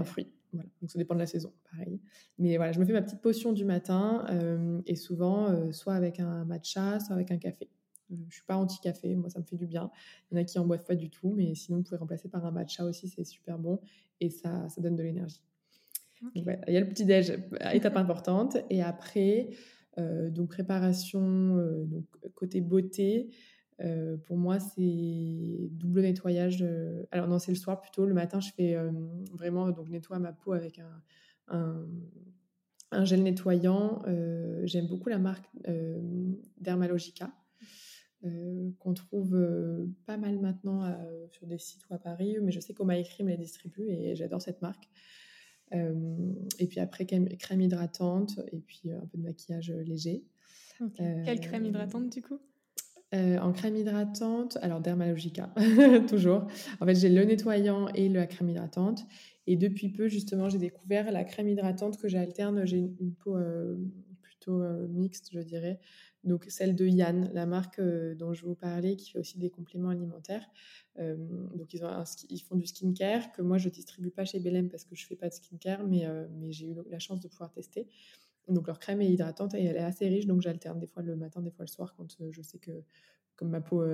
[SPEAKER 2] Voilà, donc ça dépend de la saison, pareil. Mais voilà, je me fais ma petite potion du matin et souvent, soit avec un matcha, soit avec un café. Je ne suis pas anti-café, moi ça me fait du bien. Il y en a qui en boivent pas du tout, mais sinon vous pouvez remplacer par un matcha aussi, c'est super bon et ça donne de l'énergie. Donc
[SPEAKER 1] Ok.
[SPEAKER 2] ouais, il y a le petit-déj, étape importante. Et après, donc préparation, donc côté beauté, pour moi, c'est double nettoyage. Alors non, c'est le soir plutôt. Le matin, je fais vraiment, donc je nettoie ma peau avec un, un gel nettoyant. J'aime beaucoup la marque Dermalogica, qu'on trouve pas mal maintenant sur des sites ou à Paris, mais je sais qu'Au My Cream les distribue et j'adore cette marque. Et puis après, crème hydratante et puis un peu de maquillage léger.
[SPEAKER 1] Ok. Quelle crème
[SPEAKER 2] Euh,
[SPEAKER 1] hydratante du coup?
[SPEAKER 2] En crème hydratante, alors Dermalogica, toujours. En fait, j'ai le nettoyant et la crème hydratante. Et depuis peu, justement, j'ai découvert la crème hydratante que j'alterne. J'ai une peau plutôt mixte, je dirais. Donc, celle de Yann, la marque dont je vous parlais, qui fait aussi des compléments alimentaires. Donc, ils font du skincare que moi, je ne distribue pas chez Belém parce que je ne fais pas de skincare, mais j'ai eu la chance de pouvoir tester. Donc leur crème est hydratante et elle est assez riche, donc j'alterne des fois le matin, des fois le soir quand je sais que comme ma peau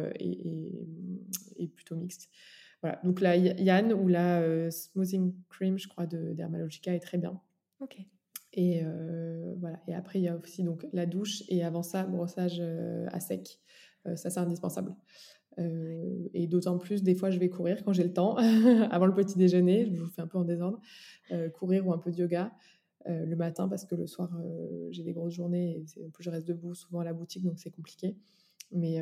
[SPEAKER 2] est plutôt mixte. Voilà, donc la Yann ou la Smoothing Cream, je crois, de Dermalogica est très bien.
[SPEAKER 1] Ok.
[SPEAKER 2] Et voilà. Et après, il y a aussi donc la douche et avant ça, brossage à sec. Ça, c'est indispensable. Et d'autant plus, des fois, je vais courir quand j'ai le temps, avant le petit déjeuner. Je vous fais un peu en désordre. Courir ou un peu de yoga. Le matin parce que le soir, j'ai des grosses journées et en plus, je reste debout souvent à la boutique, donc c'est compliqué. Mais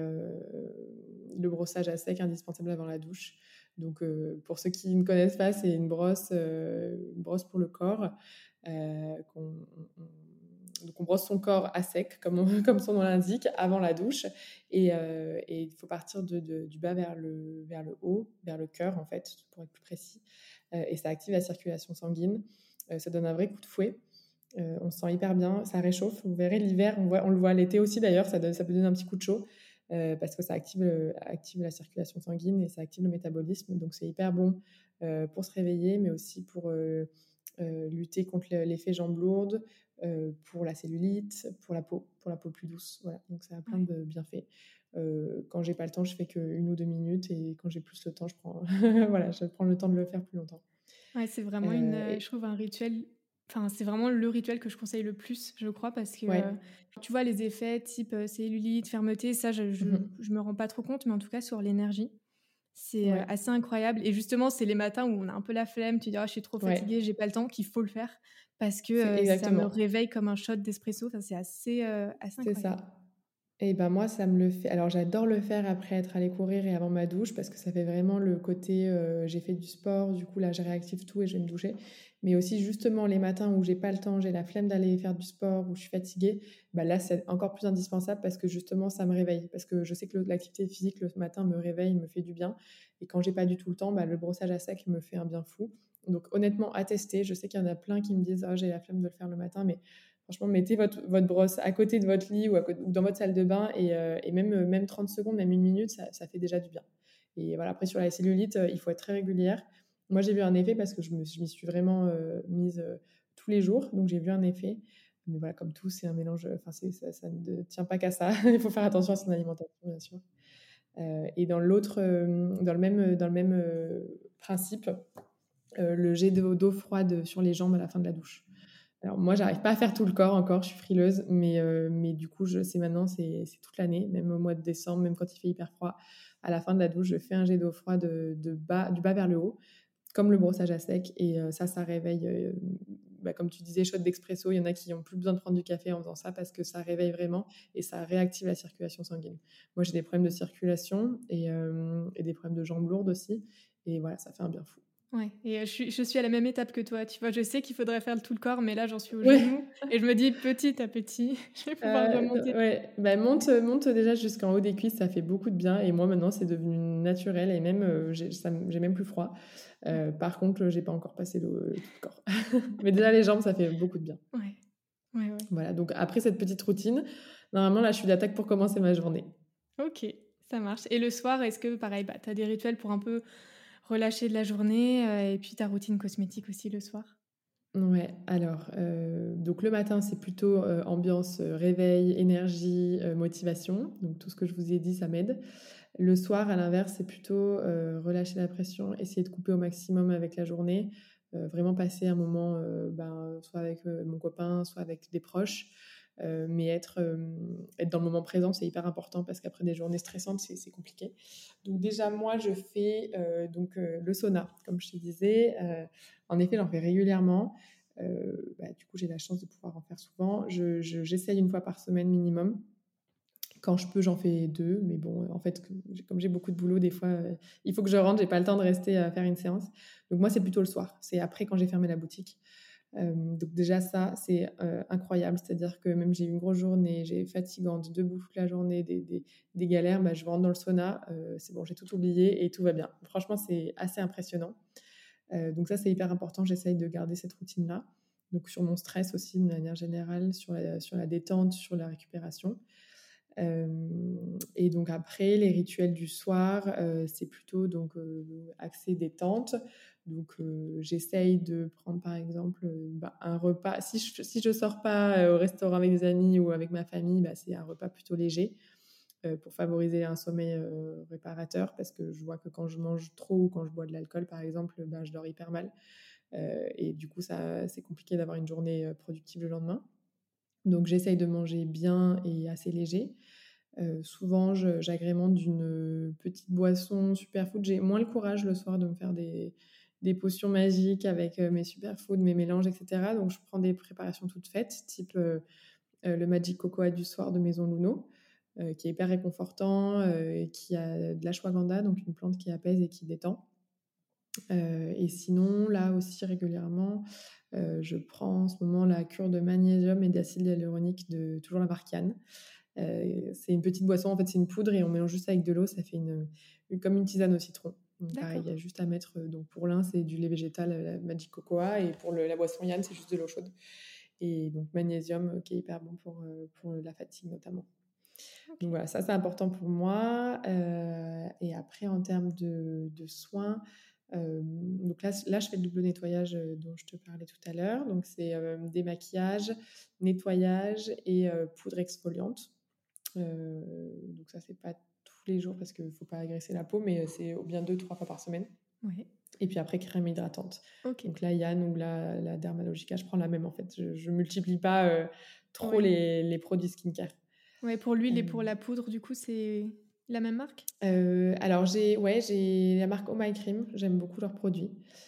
[SPEAKER 2] le brossage à sec, indispensable avant la douche. Donc, pour ceux qui ne connaissent pas, c'est une brosse pour le corps. Donc, on brosse son corps à sec, comme son nom l'indique, avant la douche. Et il faut partir du bas vers le haut, vers le cœur, en fait, pour être plus précis. Et ça active la circulation sanguine. Ça donne un vrai coup de fouet. On se sent hyper bien, ça réchauffe. Vous verrez, l'hiver, on le voit l'été aussi d'ailleurs, ça peut donner un petit coup de chaud parce que ça active la circulation sanguine et ça active le métabolisme. Donc c'est hyper bon pour se réveiller, mais aussi pour lutter contre l'effet jambes lourdes, pour la cellulite, pour la peau plus douce. Voilà. Donc ça a plein
[SPEAKER 1] Ouais.
[SPEAKER 2] de bienfaits. Quand j'ai pas le temps, je fais qu'une ou deux minutes et quand j'ai plus le temps, je prends, voilà, je prends le temps de le faire plus longtemps.
[SPEAKER 1] Ouais, c'est vraiment je trouve un rituel. Enfin, c'est vraiment le rituel que je conseille le plus, je crois, parce que
[SPEAKER 2] Ouais.
[SPEAKER 1] tu vois les effets type cellulite, fermeté, ça,
[SPEAKER 2] Mhm.
[SPEAKER 1] je me rends pas trop compte, mais en tout cas sur l'énergie, c'est
[SPEAKER 2] Ouais.
[SPEAKER 1] assez incroyable. Et justement, c'est les matins où on a un peu la flemme, tu dis ah, je suis trop
[SPEAKER 2] Ouais.
[SPEAKER 1] fatiguée, j'ai pas le temps, qu'il faut le faire parce que
[SPEAKER 2] C'est
[SPEAKER 1] ça me
[SPEAKER 2] exactement.
[SPEAKER 1] réveille comme un shot d'espresso. Enfin, c'est assez
[SPEAKER 2] C'est ça.
[SPEAKER 1] incroyable.
[SPEAKER 2] Et ben moi, ça me le fait. Alors, j'adore le faire après être allée courir et avant ma douche parce que ça fait vraiment le côté j'ai fait du sport, du coup là, je réactive tout et je vais me doucher. Mais aussi, justement, les matins où j'ai pas le temps, j'ai la flemme d'aller faire du sport, où je suis fatiguée, bah là, c'est encore plus indispensable parce que justement, ça me réveille. Parce que je sais que l'activité physique le matin me réveille, me fait du bien. Et quand j'ai pas du tout le temps, bah, le brossage à sec me fait un bien fou. Donc, honnêtement, à tester. Je sais qu'il y en a plein qui me disent j'ai la flemme de le faire le matin, mais franchement, mettez votre brosse à côté de votre lit ou dans votre salle de bain et même 30 secondes, même une minute, ça fait déjà du bien. Et voilà, après, sur la cellulite, il faut être très régulière. Moi, j'ai vu un effet parce que je m'y suis vraiment mise tous les jours. Donc, j'ai vu un effet. Mais voilà, comme tout, c'est un mélange. Enfin, ça ne tient pas qu'à ça. Il faut faire attention à son alimentation, bien sûr. Et dans le même principe, le jet d'eau froide sur les jambes à la fin de la douche. Alors moi, j'arrive pas à faire tout le corps encore, je suis frileuse, mais du coup, c'est maintenant, c'est toute l'année, même au mois de décembre, même quand il fait hyper froid. À la fin de la douche, je fais un jet d'eau froide du bas vers le haut, comme le brossage à sec, et ça réveille, comme tu disais, shot d'expresso. Il y en a qui ont plus besoin de prendre du café en faisant ça parce que ça réveille vraiment et ça réactive la circulation sanguine. Moi, j'ai des problèmes de circulation et des problèmes de jambes lourdes aussi, et voilà, ça fait un bien fou.
[SPEAKER 1] Ouais, et je suis à la même étape que toi, tu vois? Je sais qu'il faudrait faire tout le corps, mais là, j'en suis au
[SPEAKER 2] Ouais.
[SPEAKER 1] genou et je me dis: «Petit à petit, je vais pouvoir remonter».
[SPEAKER 2] Ouais, bah, monte déjà jusqu'en haut des cuisses, ça fait beaucoup de bien et moi maintenant c'est devenu naturel et même j'ai même plus froid.
[SPEAKER 1] Ouais,
[SPEAKER 2] Par contre, j'ai pas encore passé tout le corps. Mais déjà les jambes, ça fait beaucoup de bien.
[SPEAKER 1] ouais, ouais, ouais.
[SPEAKER 2] Voilà, donc après cette petite routine, normalement là je suis d'attaque pour commencer ma journée.
[SPEAKER 1] OK, ça marche. Et le soir, est-ce que pareil, bah, tu as des rituels pour un peu relâcher de la journée, et puis ta routine cosmétique aussi le soir?
[SPEAKER 2] Ouais, alors, donc le matin, c'est plutôt, ambiance, réveil, énergie, motivation. Donc tout ce que je vous ai dit, ça m'aide. Le soir, à l'inverse, c'est plutôt, relâcher la pression, essayer de couper au maximum avec la journée, vraiment passer un moment, soit avec, mon copain, soit avec des proches, mais être dans le moment présent, c'est hyper important parce qu'après des journées stressantes, c'est compliqué. Donc déjà, moi, je fais, le sauna, comme je te disais. En effet, j'en fais régulièrement. Du coup, j'ai la chance de pouvoir en faire souvent. J'essaye une fois par semaine minimum. Quand je peux, j'en fais 2, mais bon, en fait, comme j'ai beaucoup de boulot, des fois, il faut que je rentre, j'ai pas le temps de rester à faire une séance. Donc moi, c'est plutôt le soir, c'est après quand j'ai fermé la boutique. Donc déjà ça, c'est, incroyable. C'est-à-dire que même j'ai eu une grosse journée, j'ai fatigante, debout toute la journée, des galères, je rentre dans le sauna, c'est bon, j'ai tout oublié et tout va bien. Franchement, c'est assez impressionnant. Donc ça, c'est hyper important, j'essaye de garder cette routine-là. Donc sur mon stress aussi, de manière générale, sur la détente, sur la récupération. Et donc après, les rituels du soir, c'est plutôt donc axé détente. Donc j'essaye de prendre par exemple, un repas si je sors pas, au restaurant avec des amis ou avec ma famille, c'est un repas plutôt léger, pour favoriser un sommeil, réparateur. Parce que je vois que quand je mange trop ou quand je bois de l'alcool par exemple, je dors hyper mal, et du coup ça c'est compliqué d'avoir une journée, productive le lendemain. Donc j'essaye de manger bien et assez léger. Souvent, j'agrémente d'une petite boisson superfood. J'ai moins le courage le soir de me faire des potions magiques avec mes superfoods, mes mélanges, etc. Donc, je prends des préparations toutes faites, type le Magic Cocoa du soir de Maison Luno, qui est hyper réconfortant, et qui a de l'ashwagandha, donc une plante qui apaise et qui détend. Et sinon, là aussi, régulièrement, je prends en ce moment la cure de magnésium et d'acide hyaluronique de toujours la marque Yann. C'est une petite boisson, en fait, c'est une poudre et on mélange juste avec de l'eau, ça fait comme une tisane au citron. Donc pareil, il y a juste à mettre, donc pour l'un, c'est du lait végétal, la Magic Cocoa, et pour la boisson Yann, c'est juste de l'eau chaude. Et donc magnésium, qui est hyper bon pour la fatigue notamment. Donc
[SPEAKER 1] OK.
[SPEAKER 2] voilà, ça c'est important pour moi. Et après en termes de soins, donc là je fais le double nettoyage, dont je te parlais tout à l'heure. Donc c'est, démaquillage, nettoyage et poudre exfoliante. Donc ça, c'est pas tous les jours parce qu'il faut pas agresser la peau, mais c'est bien 2-3 fois par semaine.
[SPEAKER 1] Ouais.
[SPEAKER 2] Et puis après, crème hydratante.
[SPEAKER 1] OK.
[SPEAKER 2] Donc la Yann ou la Dermalogica, je prends la même en fait. Je multiplie pas trop
[SPEAKER 1] Ouais.
[SPEAKER 2] les produits skincare.
[SPEAKER 1] Ouais, pour l'huile et
[SPEAKER 2] Euh,
[SPEAKER 1] pour la poudre, du coup, c'est la même marque?
[SPEAKER 2] alors j'ai la marque Oh My Cream, j'aime beaucoup leurs produits.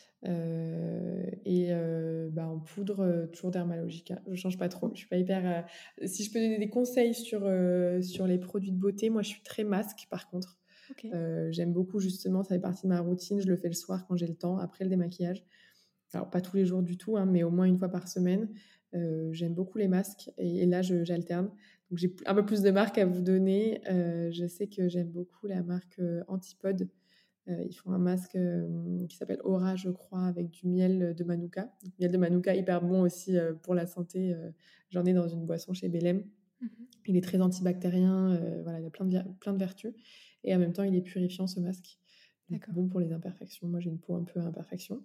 [SPEAKER 2] Et en poudre, toujours Dermalogica. Je change pas trop. Je suis pas hyper. Si je peux donner des conseils sur les produits de beauté, moi je suis très masque par contre.
[SPEAKER 1] OK.
[SPEAKER 2] J'aime beaucoup justement, ça fait partie de ma routine. Je le fais le soir quand j'ai le temps, après le démaquillage. Alors pas tous les jours du tout, hein, mais au moins une fois par semaine. J'aime beaucoup les masques et là j'alterne. Donc j'ai un peu plus de marques à vous donner. Je sais que j'aime beaucoup la marque Antipode. Ils font un masque qui s'appelle Aura, je crois, avec du miel de Manuka. Donc, miel de Manuka, hyper bon aussi pour la santé. J'en ai dans une boisson chez Belém.
[SPEAKER 1] Mmh.
[SPEAKER 2] Il est très antibactérien, voilà, il a plein de vertus. Et en même temps, il est purifiant, ce masque. Donc
[SPEAKER 1] D'accord.
[SPEAKER 2] bon pour les imperfections. Moi, j'ai une peau un peu à imperfection.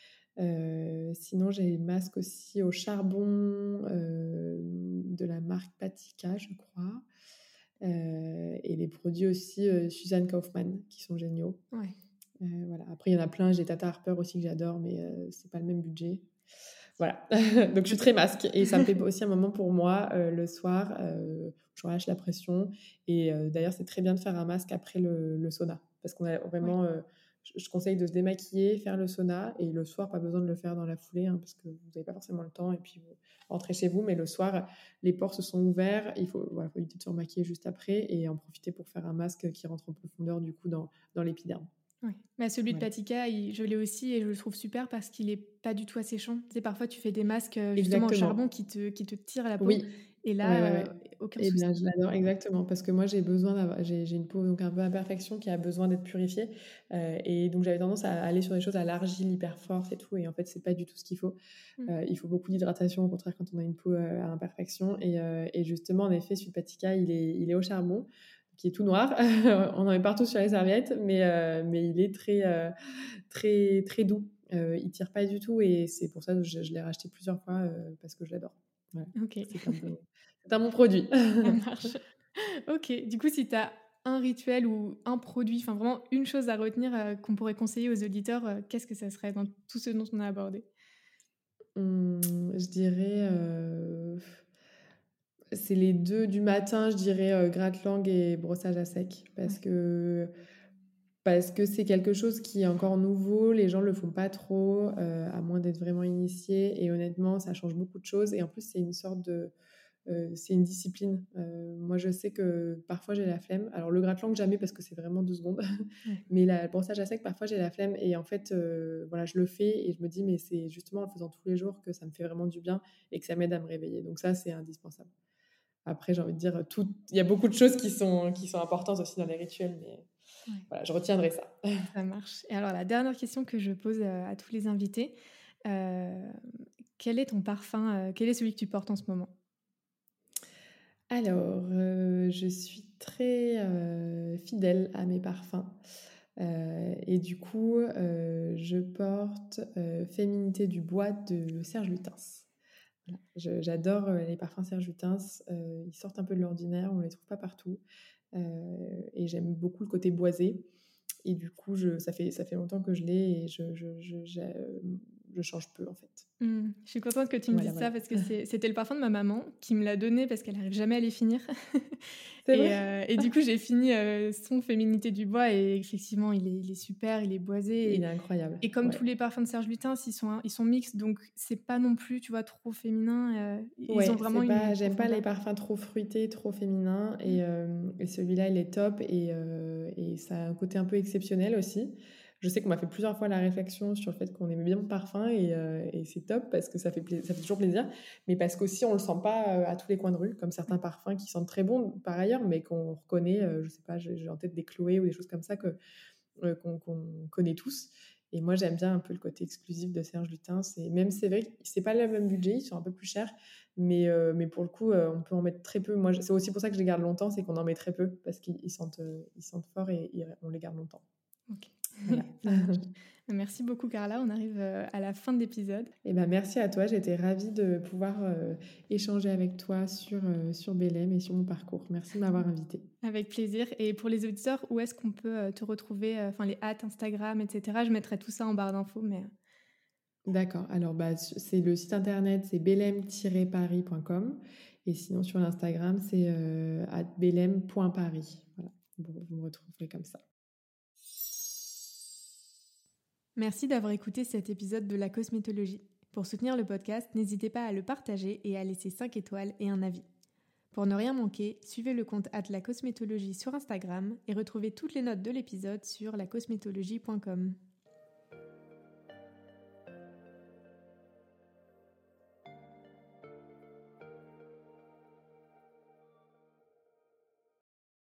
[SPEAKER 2] Sinon, j'ai les masques aussi au charbon de la marque Patika, je crois. Et les produits aussi Suzanne Kaufmann, qui sont géniaux.
[SPEAKER 1] Ouais.
[SPEAKER 2] Voilà. Après, il y en a plein. J'ai Tata Harper aussi que j'adore, mais c'est pas le même budget. Voilà. Donc, je suis très
[SPEAKER 1] OK.
[SPEAKER 2] masque. Et ça me fait aussi un moment pour moi, le soir. Je relâche la pression. Et d'ailleurs, c'est très bien de faire un masque après le sauna. Parce qu'on a
[SPEAKER 1] Ouais.
[SPEAKER 2] vraiment. Je conseille de se démaquiller, faire le sauna. Et le soir, pas besoin de le faire dans la foulée, hein, parce que vous n'avez pas forcément le temps. Et puis, vous rentrez chez vous. Mais le soir, les pores se sont ouverts. Il faut éviter de se remaquiller juste après et en profiter pour faire un masque qui rentre en profondeur, du coup, dans l'épiderme.
[SPEAKER 1] Ouais. Bah, celui de
[SPEAKER 2] Voilà.
[SPEAKER 1] Patika, je l'ai aussi et je le trouve super parce qu'il est pas du tout asséchant. Tu sais, parfois, tu fais des masques, justement au charbon
[SPEAKER 2] Exactement.
[SPEAKER 1] qui te tirent la peau
[SPEAKER 2] Oui.
[SPEAKER 1] et
[SPEAKER 2] Ouais, ouais,
[SPEAKER 1] là,
[SPEAKER 2] ouais.
[SPEAKER 1] aucun
[SPEAKER 2] Eh
[SPEAKER 1] souci.
[SPEAKER 2] bien, je l'adore exactement parce que moi, j'ai une peau donc un peu à imperfection qui a besoin d'être purifiée, et donc j'avais tendance à aller sur des choses à l'argile hyper forte et tout, et en fait, c'est pas du tout ce qu'il faut.
[SPEAKER 1] Mmh.
[SPEAKER 2] Il faut beaucoup d'hydratation, au contraire, quand on a une peau, à imperfection, et justement, en effet, celui de Patika, il est au charbon, qui est tout noir. On en met partout sur les serviettes, mais il est très, très, très doux. il tire pas du tout et c'est pour ça que je l'ai racheté plusieurs fois parce que je l'adore. Voilà.
[SPEAKER 1] OK,
[SPEAKER 2] C'est un bon produit.
[SPEAKER 1] ça marche. OK, du coup, si tu as un rituel ou un produit, enfin vraiment une chose à retenir, qu'on pourrait conseiller aux auditeurs, qu'est-ce que ça serait dans tout ce dont on a abordé?
[SPEAKER 2] Je dirais, c'est les 2 du matin, je dirais, gratte-langue et brossage à sec
[SPEAKER 1] Ouais.
[SPEAKER 2] parce que c'est quelque chose qui est encore nouveau, les gens le font pas trop, à moins d'être vraiment initiés et honnêtement, ça change beaucoup de choses et en plus, c'est une sorte de, c'est une discipline. Moi, je sais que parfois j'ai la flemme. Alors le gratte-langue, jamais parce que c'est vraiment 2 secondes,
[SPEAKER 1] Ouais.
[SPEAKER 2] mais le brossage à sec, parfois j'ai la flemme et en fait, voilà, je le fais et je me dis: «Mais c'est justement en le faisant tous les jours que ça me fait vraiment du bien et que ça m'aide à me réveiller». Donc ça, c'est indispensable. Après, j'ai envie de dire, il y a beaucoup de choses qui sont importantes aussi dans les rituels, mais
[SPEAKER 1] Ouais.
[SPEAKER 2] voilà, je retiendrai ça.
[SPEAKER 1] Ça marche. Et alors la dernière question que je pose, à tous les invités, heu, quel est ton parfum, quel est celui que tu portes en ce moment?
[SPEAKER 2] Alors, je suis très, fidèle à mes parfums, et du coup, je porte, Féminité du bois de Serge Lutens. Voilà, j'adore, les parfums Serge Lutens, ils sortent un peu de l'ordinaire, on les trouve pas partout, et j'aime beaucoup le côté boisé et du coup, ça fait longtemps que je l'ai et je change peu, en fait.
[SPEAKER 1] Je suis contente que tu me
[SPEAKER 2] Voilà,
[SPEAKER 1] dises ça
[SPEAKER 2] voilà.
[SPEAKER 1] parce que c'était le parfum de ma maman qui me l'a donné parce qu'elle arrive jamais à les finir
[SPEAKER 2] C'est vrai?
[SPEAKER 1] et du coup, j'ai fini, son Féminité du bois et effectivement, il est super, il est boisé
[SPEAKER 2] Il est incroyable,
[SPEAKER 1] et comme
[SPEAKER 2] ouais.
[SPEAKER 1] tous les parfums de Serge Lutens, ils sont mixtes donc c'est pas non plus, tu vois, trop féminin, ils ont
[SPEAKER 2] Ouais,
[SPEAKER 1] vraiment une
[SPEAKER 2] j'aime pas les
[SPEAKER 1] profondeur.
[SPEAKER 2] parfums trop fruités, trop féminins et celui-là, il est top et ça a un côté un peu exceptionnel aussi. Je sais qu'on m'a fait plusieurs fois la réflexion sur le fait qu'on aimait bien le parfum et c'est top parce que ça fait toujours plaisir, mais parce qu'aussi on le sent pas, à tous les coins de rue, comme certains parfums qui sentent très bons par ailleurs, mais qu'on reconnaît, je sais pas, j'ai en tête des Chloé ou des choses comme ça qu'on connaît tous. Et moi, j'aime bien un peu le côté exclusif de Serge Lutens. Et même, c'est vrai que c'est pas le même budget, ils sont un peu plus chers, mais pour le coup, on peut en mettre très peu. Moi, c'est aussi pour ça que je les garde longtemps, c'est qu'on en met très peu parce qu'ils sentent fort et on les garde longtemps.
[SPEAKER 1] OK,
[SPEAKER 2] Voilà.
[SPEAKER 1] ça marche. Merci beaucoup Carla, on arrive, à la fin de l'épisode.
[SPEAKER 2] Et ben, merci à toi. J'étais ravie de pouvoir échanger avec toi sur Bélem et sur mon parcours. Merci de m'avoir invitée.
[SPEAKER 1] Avec plaisir et pour les auditeurs, où est-ce qu'on peut, te retrouver, enfin les hâtes, Instagram et cetera? Je mettrai tout ça en barre d'infos mais
[SPEAKER 2] D'accord. Alors, bah, c'est le site internet, c'est belem-paris.com et sinon sur l'Instagram, c'est @belem.paris. Voilà, vous me retrouverez comme ça.
[SPEAKER 1] merci d'avoir écouté cet épisode de la cosmétologie. Pour soutenir le podcast, n'hésitez pas à le partager et à laisser 5 étoiles et un avis. Pour ne rien manquer, suivez le compte @lacosmétologie sur Instagram et retrouvez toutes les notes de l'épisode sur lacosmétologie.com.